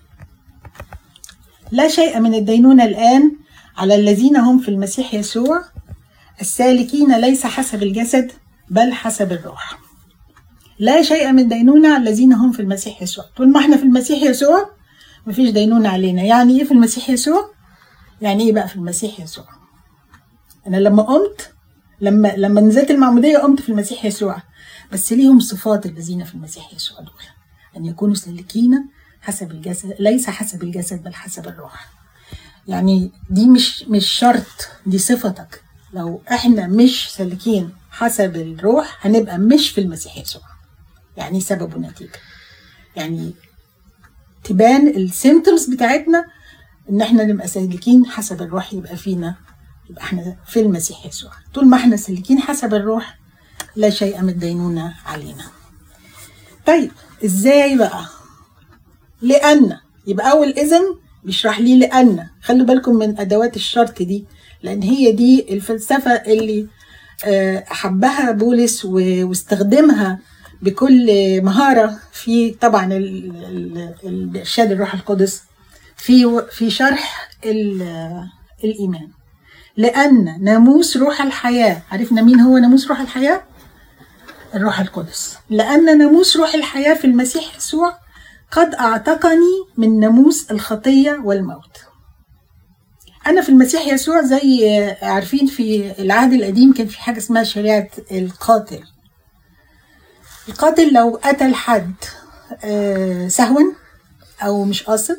لا شيء من الدينونة الآن على الذين هم في المسيح يسوع السالكين ليس حسب الجسد بل حسب الروح. لا شيء من دينونة على الذين هم في المسيح يسوع. طول ما احنا في المسيح يسوع مفيش دينونة علينا. يعني ايه في المسيح يسوع؟ يعني ايه بقى في المسيح يسوع؟ انا لما قمت لما لما نزلت المعمودية قمت في المسيح يسوع، بس ليهم صفات الذين في المسيح يسوع دول، أن يكونوا سالكين حسب الجسد ليس حسب الجسد بل حسب الروح. يعني دي مش مش شرط، دي صفتك. لو احنا مش سالكين حسب الروح هنبقى مش في المسيح يسوع. يعني سبب ونتيجة، يعني تبان السيمتومز بتاعتنا ان احنا نبقى سالكين حسب الروح، يبقى فينا، يبقى احنا في المسيح يسوع. طول ما احنا سالكين حسب الروح لا شيء من الدينونة علينا. طيب ازاي بقى؟ لأن يبقى أول إذن بيشرح لي لأن. خلوا بالكم من أدوات الشرط دي، لأن هي دي الفلسفة اللي أحبها بولس واستخدمها بكل مهارة في طبعا الإرشاد الروح القدس في في شرح الإيمان. لأن ناموس روح الحياة، عرفنا مين هو ناموس روح الحياة؟ الروح القدس. لأن ناموس روح الحياة في المسيح يسوع قد أعتقني من ناموس الخطية والموت. أنا في المسيح يسوع زي عارفين في العهد القديم كان في حاجة اسمها شريعة القاتل. القاتل لو قتل حد سهوا أو مش قاصد،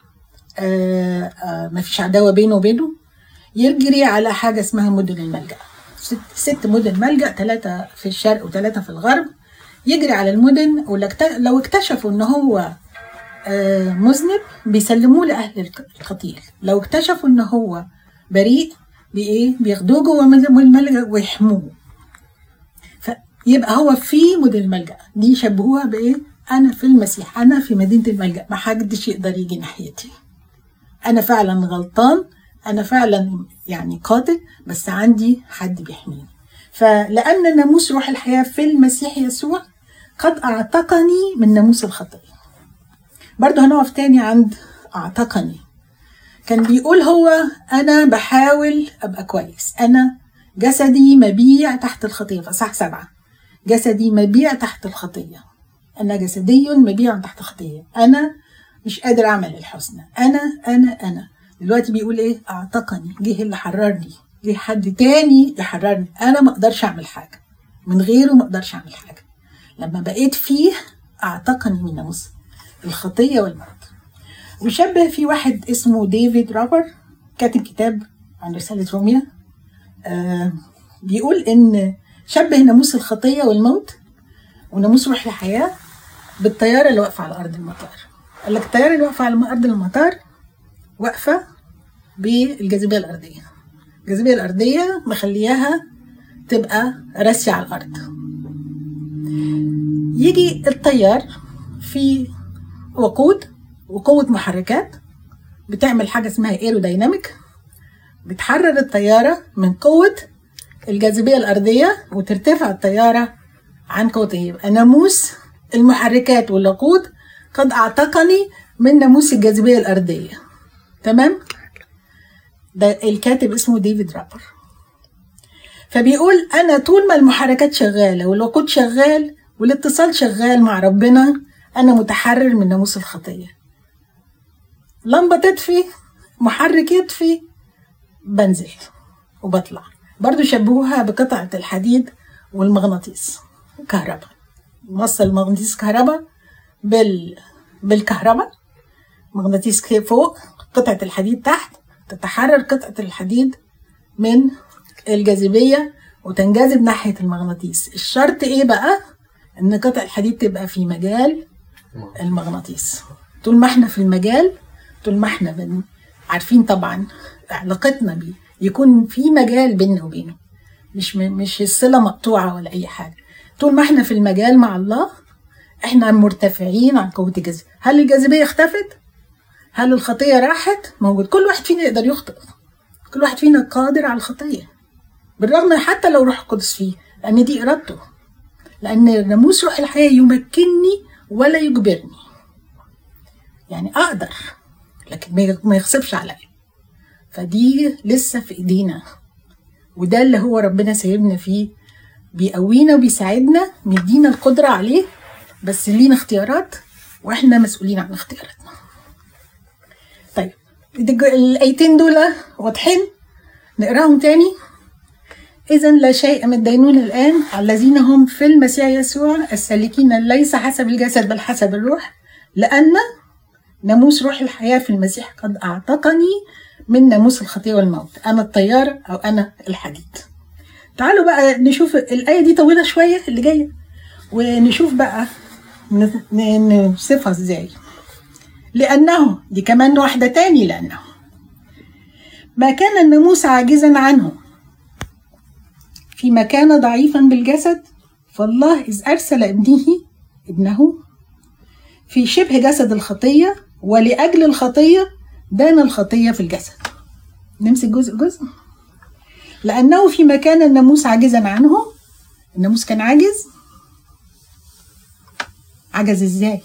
ما فيش عداوة بينه وبينه، يجري على حاجة اسمها مدن الملجأ. ست, ست مدن ملجأ، ثلاثة في الشرق وثلاثة في الغرب. يجري على المدن، ولو اكتشفوا ان هو مذنب بيسلموه لأهل القتيل. لو اكتشفوا ان هو بريء بإيه؟ بياخدوه جوه الملجأ ويحموه. فيبقى هو في مدن الملجأ دي شبهوها بإيه؟ أنا في المسيح، أنا في مدينة الملجأ، ما حدش يقدر يجي ناحيتي. أنا فعلا غلطان، أنا فعلا يعني قاتل، بس عندي حد بيحميني. فلأن ناموس روح الحياة في المسيح يسوع قد أعتقني من ناموس الخطية. برضه هنقف تاني عند أعتقني. كان بيقول هو أنا بحاول أبقى كويس، أنا جسدي مبيع تحت الخطية، فصح سبعة، جسدي مبيع تحت الخطية، أنا جسدي مبيع تحت الخطية، أنا مش قادر أعمل الحسنى، أنا أنا أنا دلوقتي بيقول إيه؟ أعتقني، جه اللي حررني، جه حد تاني يحررني، أنا ما أقدرش أعمل حاجة من غيره، ما أقدرش أعمل حاجة. لما بقيت فيه أعتقني من ناموس الخطية والموت. وشبه في واحد اسمه ديفيد رابر كاتب كتاب عن رسالة روميا، آه بيقول إن شبه ناموس الخطية والموت وناموس روح الحياة بالطيارة اللي واقفة على أرض المطار. قال لك الطيارة اللي واقفة على أرض المطار واقفة بالجاذبية الأرضية، الجاذبية الأرضية مخلياها تبقى راسية على الأرض. يجي الطيار في وقود وقوة محركات بتعمل حاجة اسمها ايرودايناميك، بتحرر الطيارة من قوة الجاذبية الأرضية وترتفع الطيارة عن قوة. يبقى ناموس المحركات والوقود قد أعتقني من ناموس الجاذبية الأرضية. تمام؟ ده الكاتب اسمه ديفيد رابر. فبيقول أنا طول ما المحركات شغالة والوقود شغال والاتصال شغال مع ربنا، أنا متحرر من ناموس الخطية. لمبة تطفي، محرك يطفي، بنزل وبطلع. برضو شبهوها بقطعة الحديد والمغناطيس كهرباء، موصل المغناطيس كهرباء بال... بالكهرباء، مغناطيس فوق، قطعة الحديد تحت، تتحرر قطعة الحديد من الجاذبية وتنجذب ناحية المغناطيس. الشرط ايه بقى؟ ان قطع الحديد تبقى في مجال المغناطيس. طول ما احنا في المجال، طول ما احنا بن... عارفين طبعا علاقتنا بيه يكون في مجال بيننا وبينه، مش م... مش الصلة مقطوعة ولا اي حاجة. طول ما احنا في المجال مع الله احنا مرتفعين عن قوة الجاذبية. هل الجاذبية اختفت؟ هل الخطية راحت؟ موجود. كل واحد فينا يقدر يخطئ، كل واحد فينا قادر على الخطية بالرغم حتى لو روح القدس فيه، لأن دي إرادته، لأن ناموس روح الحياة يمكنني ولا يجبرني. يعني أقدر لكن ما يغصبش عليا. فدي لسه في إيدينا، وده اللي هو ربنا سايبنا فيه، بيقوينا وبيساعدنا، مدينا القدرة عليه، بس لينا اختيارات وإحنا مسؤولين عن اختياراتنا. طيب الآيتين دول واضحين، نقراهم تاني. إذن لا شيء من الدينونة الآن على الذين هم في المسيح يسوع السالكين ليس حسب الجسد بل حسب الروح، لأن ناموس روح الحياة في المسيح قد أعتقني من ناموس الخطية والموت. أنا الطيار أو أنا الحديد. تعالوا بقى نشوف الآية دي طويلة شوية اللي جاية، ونشوف بقى نوصفها إزاي. لأنه دي كمان واحدة تاني، لأنه ما كان الناموس عاجزا عنه فيما كان ضعيفا بالجسد، فالله إذ أرسل ابنه ابنه في شبه جسد الخطية ولأجل الخطية دان الخطية في الجسد. نمسك جزء جزء. لأنه فيما كان الناموس عاجزا عنه، الناموس كان عاجز. عجز إزاي؟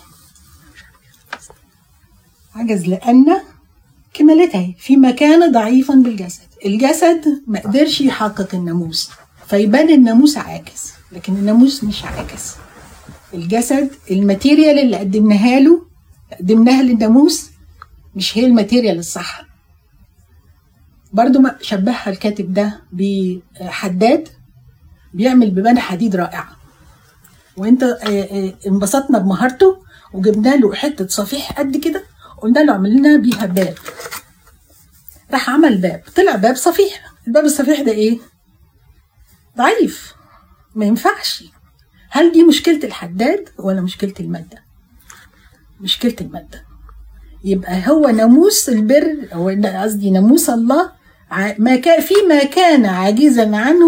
عجز لأن كمالتها فيما كان ضعيفا بالجسد، الجسد ما قدرش يحقق الناموس، فيبان الناموس عاجز، لكن الناموس مش عاجز. الجسد الماتيريال اللي قدمناها له قدمناها للناموس مش هي الماتيريال الصح. برضو ما شبهها الكاتب ده بحداد بيعمل ببان حديد رائعة، وانت انبسطنا بمهارته وجبنا له حتة صفيح قد كده، قلنا له عملنا بيها باب، راح عمل باب، طلع باب صفيح. الباب الصفيح ده ايه؟ ضعيف، ما ينفعش. هل دي مشكلة الحداد ولا مشكلة المادة؟ مشكلة المادة. يبقى هو ناموس البر، أو قصدي ناموس الله، ما كان فيما كان عاجزا عنه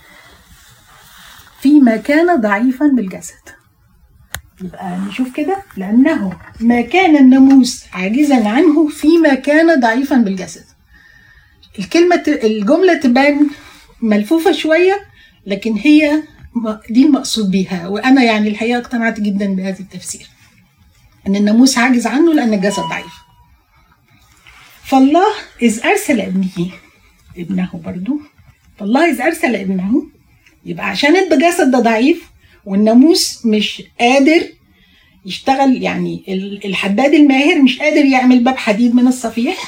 فيما كان ضعيفا بالجسد. يبقى نشوف كده، لأنه ما كان الناموس عاجزا عنه فيما كان ضعيفا بالجسد. الكلمة الجملة تبان ملفوفة شوية، لكن هي دي المقصود بيها. وأنا يعني الحقيقة اقتنعت جدا بهذا التفسير، أن الناموس عاجز عنه لأن الجسد ضعيف. فالله إذ أرسل ابنه ابنه برضو فالله إذ أرسل ابنه، يبقى عشان الجسد ده ضعيف والناموس مش قادر يشتغل، يعني الحداد الماهر مش قادر يعمل باب حديد من الصفيح،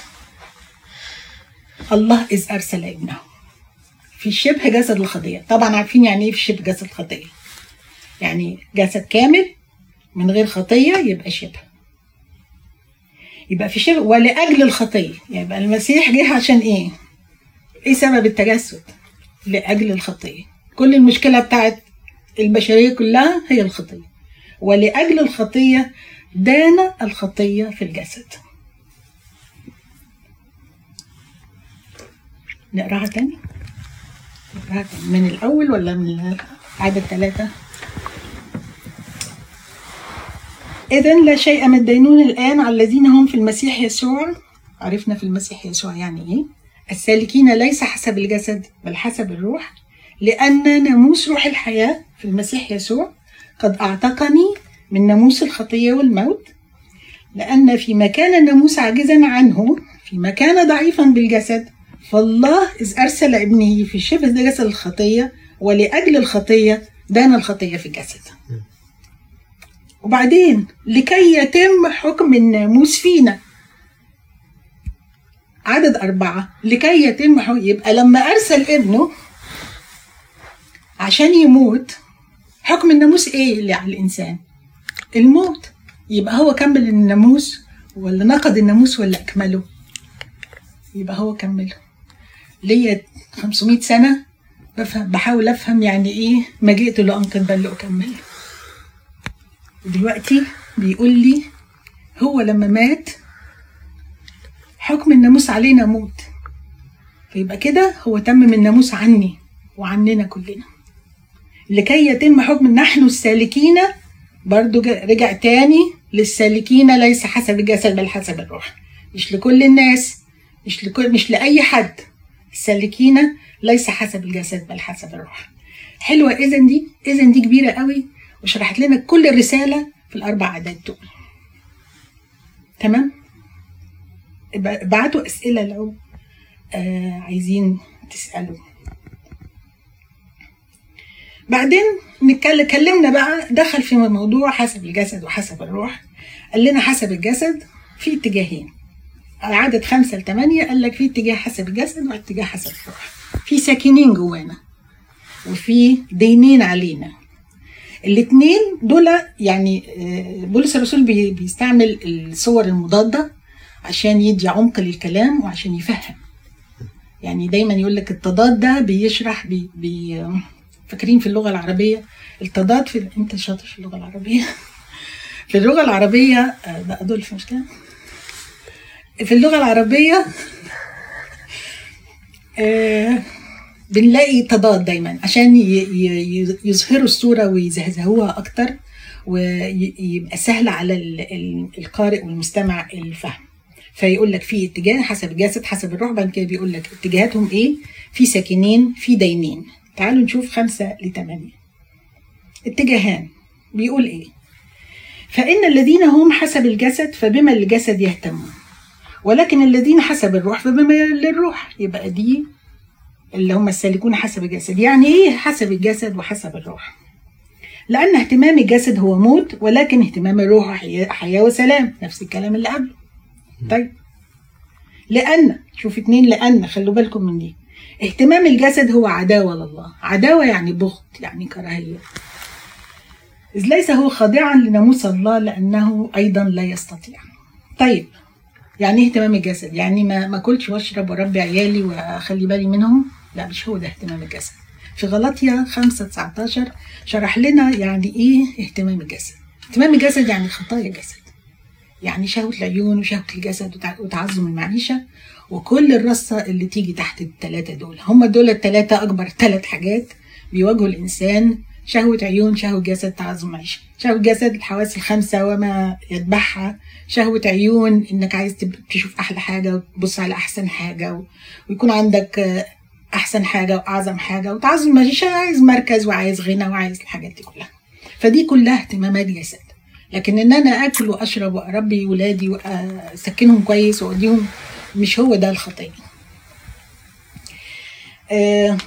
الله إذ أرسل ابنه في شبه جسد الخطية. طبعا عارفين يعني إيه في شبه جسد الخطية، يعني جسد كامل من غير خطية يبقى شبه، يبقى في شبه ولأجل الخطية. يبقى المسيح جه عشان إيه؟ إيه سبب التجسد؟ لأجل الخطية. كل المشكلة بتاعت البشرية كلها هي الخطية، ولأجل الخطية دان الخطية في الجسد. نقراها تاني؟ نقراها تاني من الأول ولا من عدد ثلاثة؟ إذن لا شيء من الدينونة الآن على الذين هم في المسيح يسوع. عرفنا في المسيح يسوع يعني إيه؟ السالكين ليس حسب الجسد بل حسب الروح، لأن ناموس روح الحياة في المسيح يسوع قد أعتقني من ناموس الخطية والموت، لأن فيما كان الناموس عاجزا عنه فيما كان ضعيفا بالجسد، فالله إذ أرسل ابنه في شبه جسد الخطية ولأجل الخطية دان الخطية في الجسد. وبعدين لكي يتم حكم الناموس فينا. عدد أربعة لكي يتم حكم. يبقى لما أرسل ابنه عشان يموت، حكم الناموس إيه اللي على الإنسان؟ الموت. يبقى هو كمل الناموس ولا نقض الناموس ولا أكمله؟ يبقى هو كمله. ليا خمسمائة سنة بفهم، بحاول أفهم يعني إيه ما جئت لأنقض بل لأكمل. دلوقتي بيقول لي هو لما مات حكم الناموس علينا موت، فيبقى كده هو تمم الناموس عني وعننا كلنا. لكي يتم حكم نحن السالكين، برضو رجع تاني للسالكين ليس حسب الجسد بل حسب الروح. مش لكل الناس، مش لكل مش لأي حد. السالكين ليس حسب الجسد بل حسب الروح. حلوة إذن دي، إذن دي كبيرة قوي، وشرحت لنا كل الرسالة في الأربع عدد دول. تمام؟ بعتوا أسئلة لو آه عايزين تسألوا. بعدين نتكلم كلمنا بقى، دخل في موضوع حسب الجسد وحسب الروح. قال لنا حسب الجسد في اتجاهين. عدد خمسة لثمانية قال لك في اتجاه حسب الجسد واتجاه حسب الروح. في ساكنين جوانا وفي دينين علينا. الاثنين دول يعني بولس الرسول بيستعمل الصور المضادة عشان يدي عمق للكلام وعشان يفهم. يعني دايما يقول لك التضاد ده بيشرح بي بي فاكرين في اللغة العربية التضاد في انت شاطر في اللغة العربية في اللغة العربية ده أدولف مش كده؟ في اللغة العربية آه بنلاقي تضاد دايما عشان يظهروا الصورة ويزهزهوها أكتر ويبقى سهل على القارئ والمستمع الفهم. فيقول لك في اتجاه حسب الجسد حسب الروح، بعد كده بيقول لك اتجاهاتهم ايه؟ في ساكنين في دينين. تعالوا نشوف خمسة لثمانية. اتجاهان بيقول ايه؟ فإن الذين هم حسب الجسد فبما الجسد يهتمون، ولكن الذين حسب الروح فبما للروح. يبقى دي اللي هم السالكون حسب الجسد. يعني ايه حسب الجسد وحسب الروح؟ لأن اهتمام الجسد هو موت، ولكن اهتمام الروح حياة وسلام. نفس الكلام اللي قبله. طيب لأن شوف اتنين لأن خلوا بالكم من دي. اهتمام الجسد هو عداوة لله. عداوة يعني بغض، يعني كراهية، إذ ليس هو خاضعا لناموس الله لأنه أيضا لا يستطيع. طيب يعني اهتمام الجسد يعني ما ما كلش واشرب واربي عيالي واخلي بالي منهم؟ لا، مش هو ده اهتمام الجسد. في غلاطيا خمسة تسعتاشر شرح لنا يعني ايه اهتمام الجسد. اهتمام الجسد يعني خطايا الجسد، يعني شهوة العيون وشهوة الجسد وتعظم المعيشة وكل الرصة اللي تيجي تحت الثلاثة دول. هم دول الثلاثة أكبر ثلاث حاجات بيواجهوا الإنسان: شهوة عيون، شهوة جسد، تعظم معيشة. شهوة جسد الحواس الخمسة وما يتبعها. شهوة عيون إنك عايز تشوف أحلى حاجة وتبص على أحسن حاجة ويكون عندك احسن حاجه واعظم حاجه، وتعظم مش عايز مركز وعايز غنى وعايز الحاجات دي كلها. فدي كلها اهتمامات جسد. لكن ان انا اكل واشرب واربي ولادي واسكنهم كويس واوديهم، مش هو ده الخطيه. آه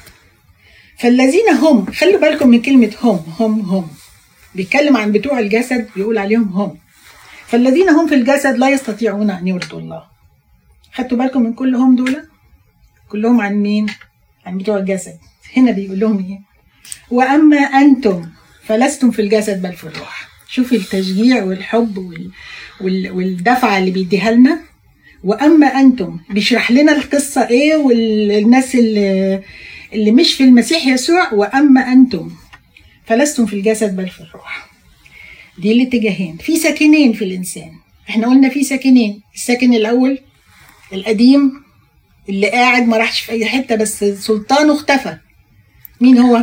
فالذين هم، خلوا بالكم من كلمه هم هم هم بيتكلم عن بتوع الجسد، بيقول عليهم هم. فالذين هم في الجسد لا يستطيعون ان يرضوا الله. خدتوا بالكم من كل هم دول؟ كلهم عن مين؟ عن بتوع الجسد. هنا بيقول لهم ايه؟ واما انتم فلستم في الجسد بل في الروح. شوف التشجيع والحب وال... وال... والدفعه اللي بيديها لنا. واما انتم بيشرح لنا القصه ايه، والناس اللي اللي مش في المسيح يسوع. واما انتم فلستم في الجسد بل في الروح. دي الاتجاهين. في ساكنين في الانسان. احنا قلنا في ساكنين. الساكن الاول القديم اللي قاعد ما راحش في اي حته بس سلطانه اختفى. مين هو؟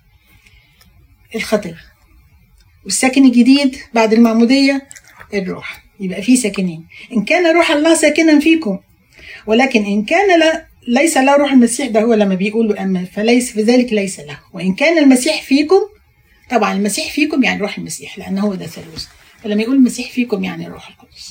الخطيه. والساكن الجديد بعد المعموديه الروح. يبقى في ساكنين. ان كان روح الله ساكنا فيكم، ولكن ان كان لا ليس له روح المسيح، ده هو لما بيقول اما فليس في ذلك ليس له. وان كان المسيح فيكم، طبعا المسيح فيكم يعني روح المسيح، لأنه هو ده ثالوث. فلما يقول المسيح فيكم يعني الروح القدس.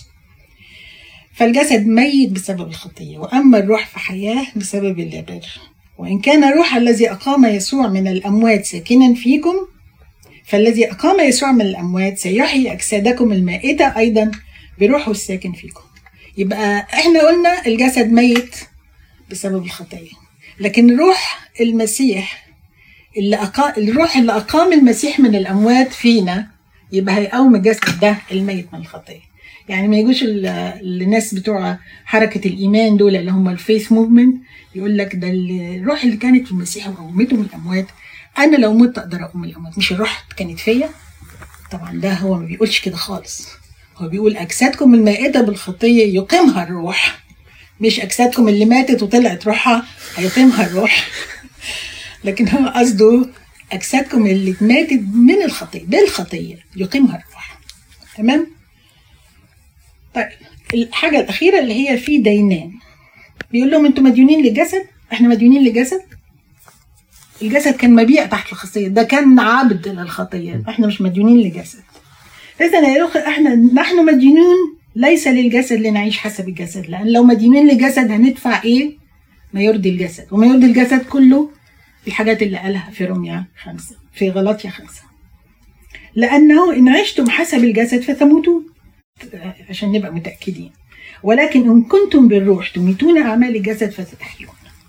فالجسد ميت بسبب الخطية، وأما الروح فحياة بسبب البر. وإن كان الروح الذي أقام يسوع من الأموات ساكنا فيكم، فالذي أقام يسوع من الأموات سيحيي أجسادكم المائتة أيضا بروحه الساكن فيكم. يبقى إحنا قلنا الجسد ميت بسبب الخطية، لكن روح المسيح اللي أقام، الروح اللي أقام المسيح من الأموات فينا، يبقى هيقوم الجسد ده الميت من الخطية. يعني ما يجوش الناس بتوع حركة الإيمان دول اللي هم الفيث موفمنت يقول لك ده الروح اللي كانت في المسيح وقومته من الأموات، أنا لو مت أقدر أقوم من الأموات، مش الروح كانت فيا؟ طبعا ده هو ما بيقولش كده خالص. هو بيقول أجسادكم المائتة بالخطية يقيمها الروح، مش أجسادكم اللي ماتت وطلعت روحها هيقيمها الروح. لكن هو قصده أجسادكم اللي ماتت من الخطية بالخطية يقيمها الروح. تمام؟ طيب الحاجة الأخيرة اللي هي في دينان. بيقول لهم أنتم مديونين للجسد، إحنا مديونين للجسد. الجسد كان مبيع تحت الخطية، ده كان عبد للخطية، إحنا مش مديونين للجسد. إذا يا أخي إحنا نحن مديونون ليس للجسد لنعيش حسب الجسد، لأن لو مديونين للجسد هندفع إيه؟ ما يرضي الجسد، وما يرضي الجسد كله الحاجات اللي قالها في روميا خمسة، في غلاطيا خمسة. لأنه إن عشتم حسب الجسد فتموتون، عشان نبقى متأكدين. ولكن إن كنتم بالروح تميتون أعمال الجسد فتحيون.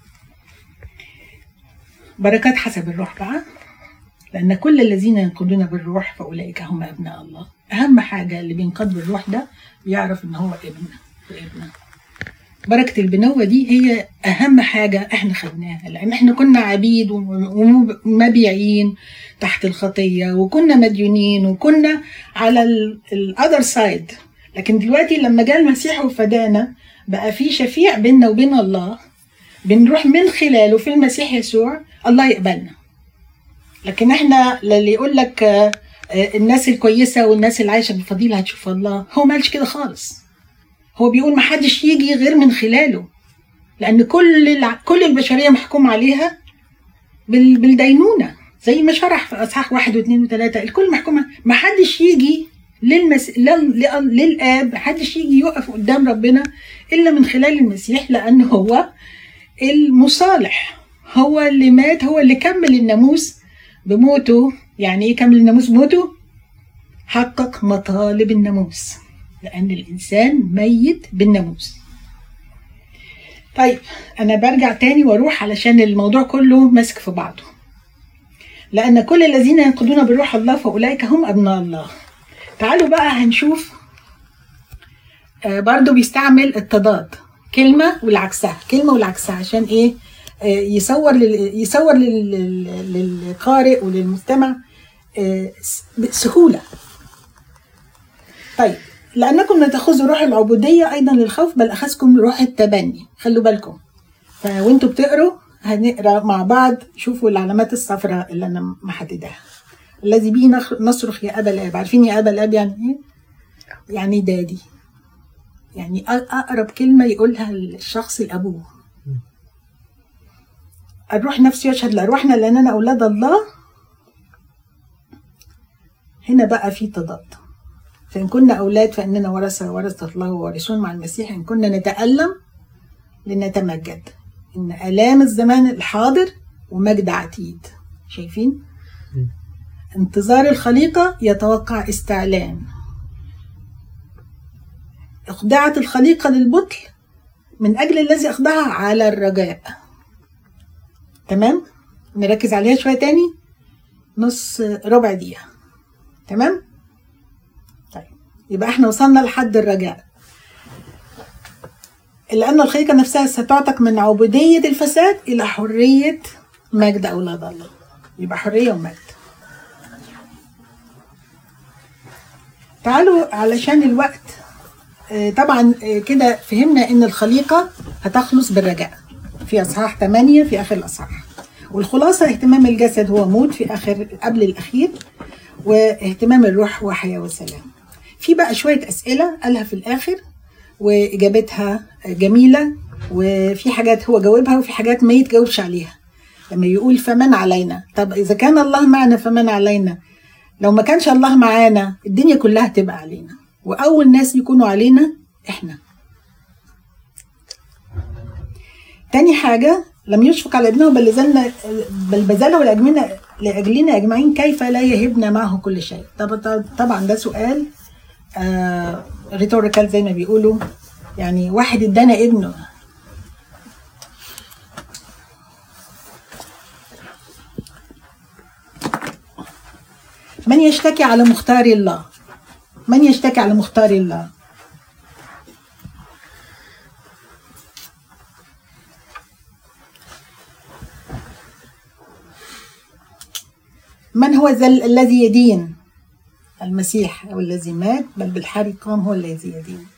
بركات حسب الروح بقى، لأن كل الذين ينقضون بالروح فأولئك هم أبناء الله. أهم حاجة اللي بينقض بالروح ده بيعرف إن هو ابن وابنه. بركة البنوة دي هي أهم حاجة إحنا خدناها، لأن إحنا كنا عبيد ومبيعين تحت الخطية، وكنا مديونين، وكنا على الأذر سايد. لكن دلوقتي لما جاء المسيح وفدانا بقى في شفيع بيننا وبين الله، بنروح من خلاله في المسيح يسوع الله يقبلنا. لكن إحنا اللي يقول لك الناس الكويسة والناس اللي عايشة بالفضيلة هتشوف الله، هو ما قالش كده خالص. هو بيقول ما حدش يجي غير من خلاله، لأن كل كل البشرية محكوم عليها بالدينونة، زي ما شرح في أصحاح واحد واثنين وثلاثة. الكل محكوم، ما حدش يجي للمس... لل... للآب، ما حدش يجي يقف قدام ربنا إلا من خلال المسيح، لأن هو المصالح، هو اللي مات، هو اللي كمل الناموس بموته. يعني إيه كمل الناموس بموته؟ حقق مطالب الناموس، لأن الإنسان ميت بالناموس. طيب أنا برجع تاني وأروح علشان الموضوع كله ماسك في بعضه. لأن كل الذين ينقضون بروح الله فأولئك هم أبناء الله. تعالوا بقى هنشوف آه برضو بيستعمل التضاد، كلمة والعكسها، كلمة والعكسها، عشان إيه؟ آه يصور لل... يصور لل... للقارئ وللمستمع آه بسهولة. طيب لأنكم لا تأخذوا روح العبودية أيضا للخوف، بل أخذكم روح التبني. خلوا بالكم، فوانتوا بتقروا هنقرأ مع بعض. شوفوا العلامات الصفراء اللي أنا محددها. الذي به نصرخ يا أبا الآب. عارفين يا أبا الآب يعني إيه؟ يعني دادي، يعني أقرب كلمة يقولها الشخص لأبوه. الروح نفسه يشهد لأرواحنا لأننا أولاد الله. هنا بقى في تضاد. فإن كنا أولاد فإننا ورثة ورثة الله ووارثون مع المسيح. إن كنا نتألم لنتمجد. إن آلام الزمان الحاضر ومجد عتيد. شايفين؟ انتظار الخليقة يتوقع استعلان. اخضعت الخليقة للبطل من أجل الذي أخضعها على الرجاء. تمام؟ نركز عليها شوية تاني، نص ربع دقيقة. تمام؟ طيب يبقى احنا وصلنا لحد الرجاء، لأن الخليقة نفسها ستعتق من عبودية الفساد إلى حرية مجد أولاد الله. يبقى حرية ومجد. تعالوا علشان الوقت، طبعا كده فهمنا ان الخليقة هتخلص بالرجاء في اصحاح ثمانية في اخر الاصحاح. والخلاصة اهتمام الجسد هو موت في اخر قبل الاخير، واهتمام الروح هو حياة وسلام. في بقى شوية اسئلة قالها في الاخر واجابتها جميلة، وفي حاجات هو جاوبها وفي حاجات ما يتجاوبش عليها. لما يقول فمن علينا، طب اذا كان الله معنا فمن علينا؟ لو ما كانش الله معانا الدنيا كلها تبقى علينا، وأول ناس يكونوا علينا إحنا. تاني حاجة، لم يشفق على ابنه بل بذلنا بل بذله لأجلنا لأجلنا أجمعين، كيف لا يهبنا معه كل شيء؟ طبعا طبعا ده سؤال آه ريتوريكال زي ما بيقولوا، يعني واحد ادانا ابنه. من يشتكي على مختار الله؟ من يشتكي على مختار الله؟ من هو الذي يدين؟ المسيح أو الذي مات بل بالحري قام هو الذي يدين.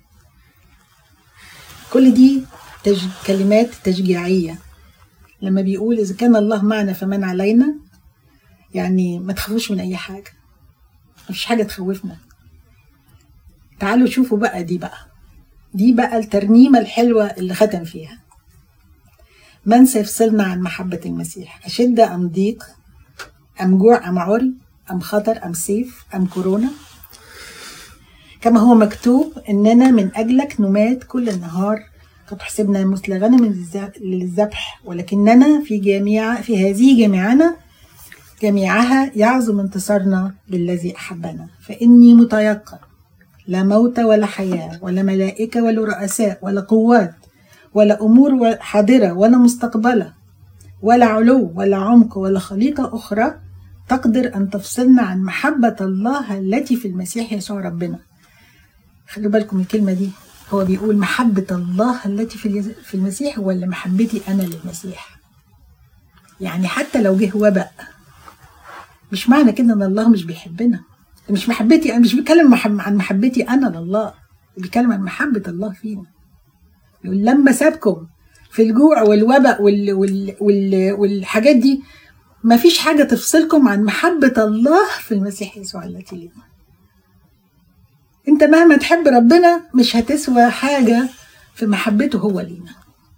كل دي تج... كلمات تشجيعية. لما بيقول إذا كان الله معنا فمن علينا، يعني ما تخافوش من أي حاجة، مفيش حاجة تخوفنا. تعالوا شوفوا بقى دي بقى دي بقى الترنيمة الحلوة اللي ختم فيها. من سيفصلنا عن محبة المسيح؟ أشدة أم ضيق أم جوع أم عري أم خطر أم سيف أم كورونا؟ كما هو مكتوب إننا من أجلك نمات كل النهار، قد حسبنا مثل غنم للذبح، ولكننا في جميع في هذه جميعنا جميعها يعظم انتصارنا للذي أحبنا. فإني متيقن لا موت ولا حياة ولا ملائكة ولا رؤساء ولا قوات ولا أمور حاضرة ولا مستقبلة ولا علو ولا عمق ولا خليقة أخرى تقدر أن تفصلنا عن محبة الله التي في المسيح يسوع ربنا. خلوا بالكم من الكلمة دي، هو بيقول محبة الله التي في المسيح ولا محبتي أنا للمسيح. يعني حتى لو جه وباء مش معنى كده أن الله مش بيحبنا، مش محبتي أنا، مش بيتكلم عن محبتي أنا لله، بيتكلم عن محبة الله فينا. يقول لما سابكم في الجوع والوباء وال وال وال والحاجات دي، ما فيش حاجة تفصلكم عن محبة الله في المسيح يسوع التي لنا. انت مهما تحب ربنا مش هتسوى حاجة في محبته هو لينا.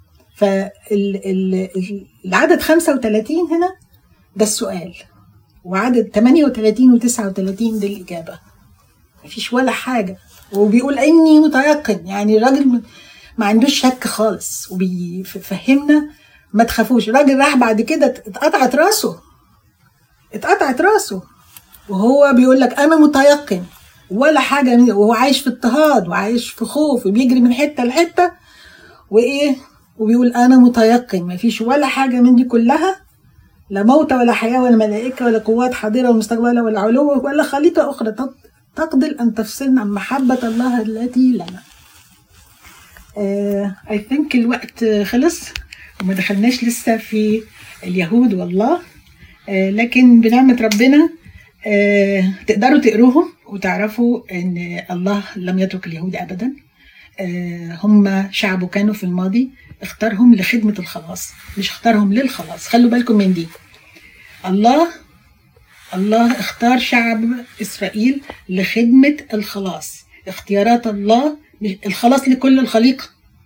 فالعدد خمسة وثلاثين هنا ده السؤال، وعدد ثمانية وثلاثين وتسعة وثلاثين دي الإجابة. مفيش ولا حاجة. وبيقول إني متيقن، يعني الراجل ما عندوش شك خالص، وبيفهمنا ما تخافوش. الراجل راح بعد كده اتقطعت راسه اتقطعت راسه وهو بيقول لك أنا متيقن ولا حاجة، وهو عايش في اضطهاد وعايش في خوف وبيجري من حتة لحتة وإيه، وبيقول أنا متيقن مفيش ولا حاجة من دي كلها، لا موت ولا حياة ولا ملائكة ولا قوات حاضرة ومستقبلة ولا علو ولا خليقة أخرى تقدر أن تفصلنا عن محبة الله التي لنا. آه I think الوقت خلص وما دخلناش لسه في اليهود والله، آه لكن بنعمة ربنا آه تقدروا تقروهم وتعرفوا أن الله لم يترك اليهود أبدا. آه هم شعبه كانوا في الماضي اختارهم لخدمة الخلاص، مش اختارهم للخلاص. خلوا بالكم من دي. الله الله اختار شعب إسرائيل لخدمة الخلاص. اختيارات الله الخلاص لكل الخليقة،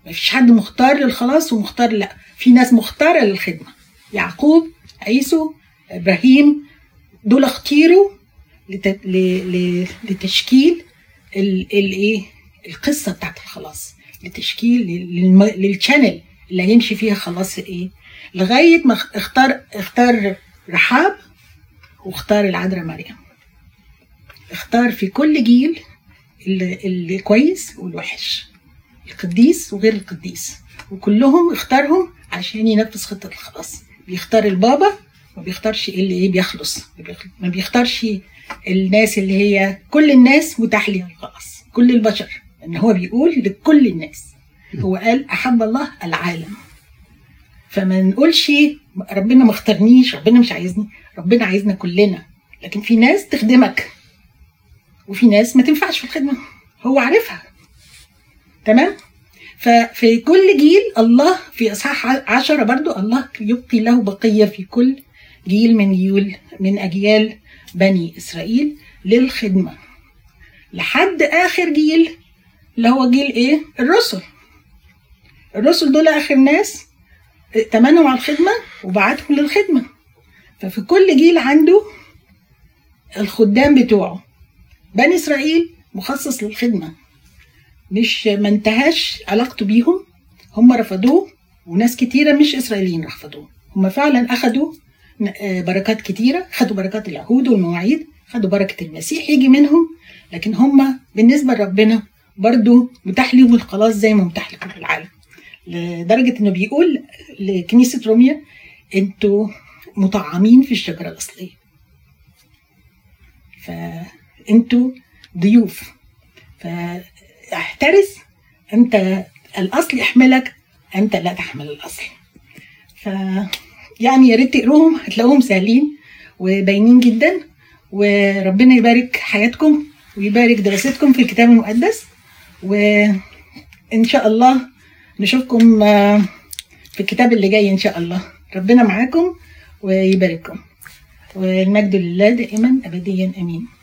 ما فيش حد مختار للخلاص ومختار لا، في ناس مختارة للخدمة. يعقوب، عيسو، إبراهيم، دول اختيروا لت... ل... ل... لتشكيل الايه القصة بتاعت الخلاص، لتشكيل للم... للشانل اللي هيمشي فيها خلاص ايه، لغاية ما اختار اختار رحاب واختار العذراء مريم. اختار في كل جيل اللي, اللي كويس والوحش، القديس وغير القديس، وكلهم اختارهم عشان ينفذ خطة الخلاص. بيختار البابا، ما بيختارش اللي ايه بيخلص، ما بيختارش الناس اللي هي كل الناس متاح ليها الخلاص، كل البشر، ان هو بيقول لكل الناس. هو قال احب الله العالم، فما نقولش ربنا ما اختارنيش، ربنا مش عايزني، ربنا عايزنا كلنا. لكن في ناس تخدمك وفي ناس ما تنفعش في الخدمة، هو عارفها. تمام؟ ففي كل جيل الله في اصحاح عشرة برضو الله يبقي له بقية في كل جيل من جيل من اجيال بني اسرائيل للخدمة، لحد اخر جيل اللي هو جيل ايه؟ الرسل. الرسل دول اخر ناس ائتمنوا على الخدمة وبعتهم للخدمة. ففي كل جيل عنده الخدام بتوعه. بني اسرائيل مخصص للخدمة، مش ما انتهاش علاقته بيهم، هم رفضوه، وناس كتيرة مش إسرائيليين رفضوه. هم فعلا أخدوا بركات كتيرة، خدوا بركات العهود والمواعيد، خدوا بركة المسيح يجي منهم، لكن هم بالنسبة لربنا برضو متاح لهم الخلاص زي ما متاح لكل العالم، لدرجة إنه بيقول لكنيسة روميا أنتوا مطعمين في الشجرة الأصلية، فأنتوا ضيوف، فاحترس، أنت الأصل يحملك، أنت لا تحمل الأصل. ف يعني يا ريت تقروهم، هتلاقوهم سهلين وباينين جدا، وربنا يبارك حياتكم ويبارك دراستكم في الكتاب المقدس، وإن شاء الله نشوفكم في الكتاب اللي جاي إن شاء الله. ربنا معاكم ويبارككم، والمجد لله دائما أبديا آمين.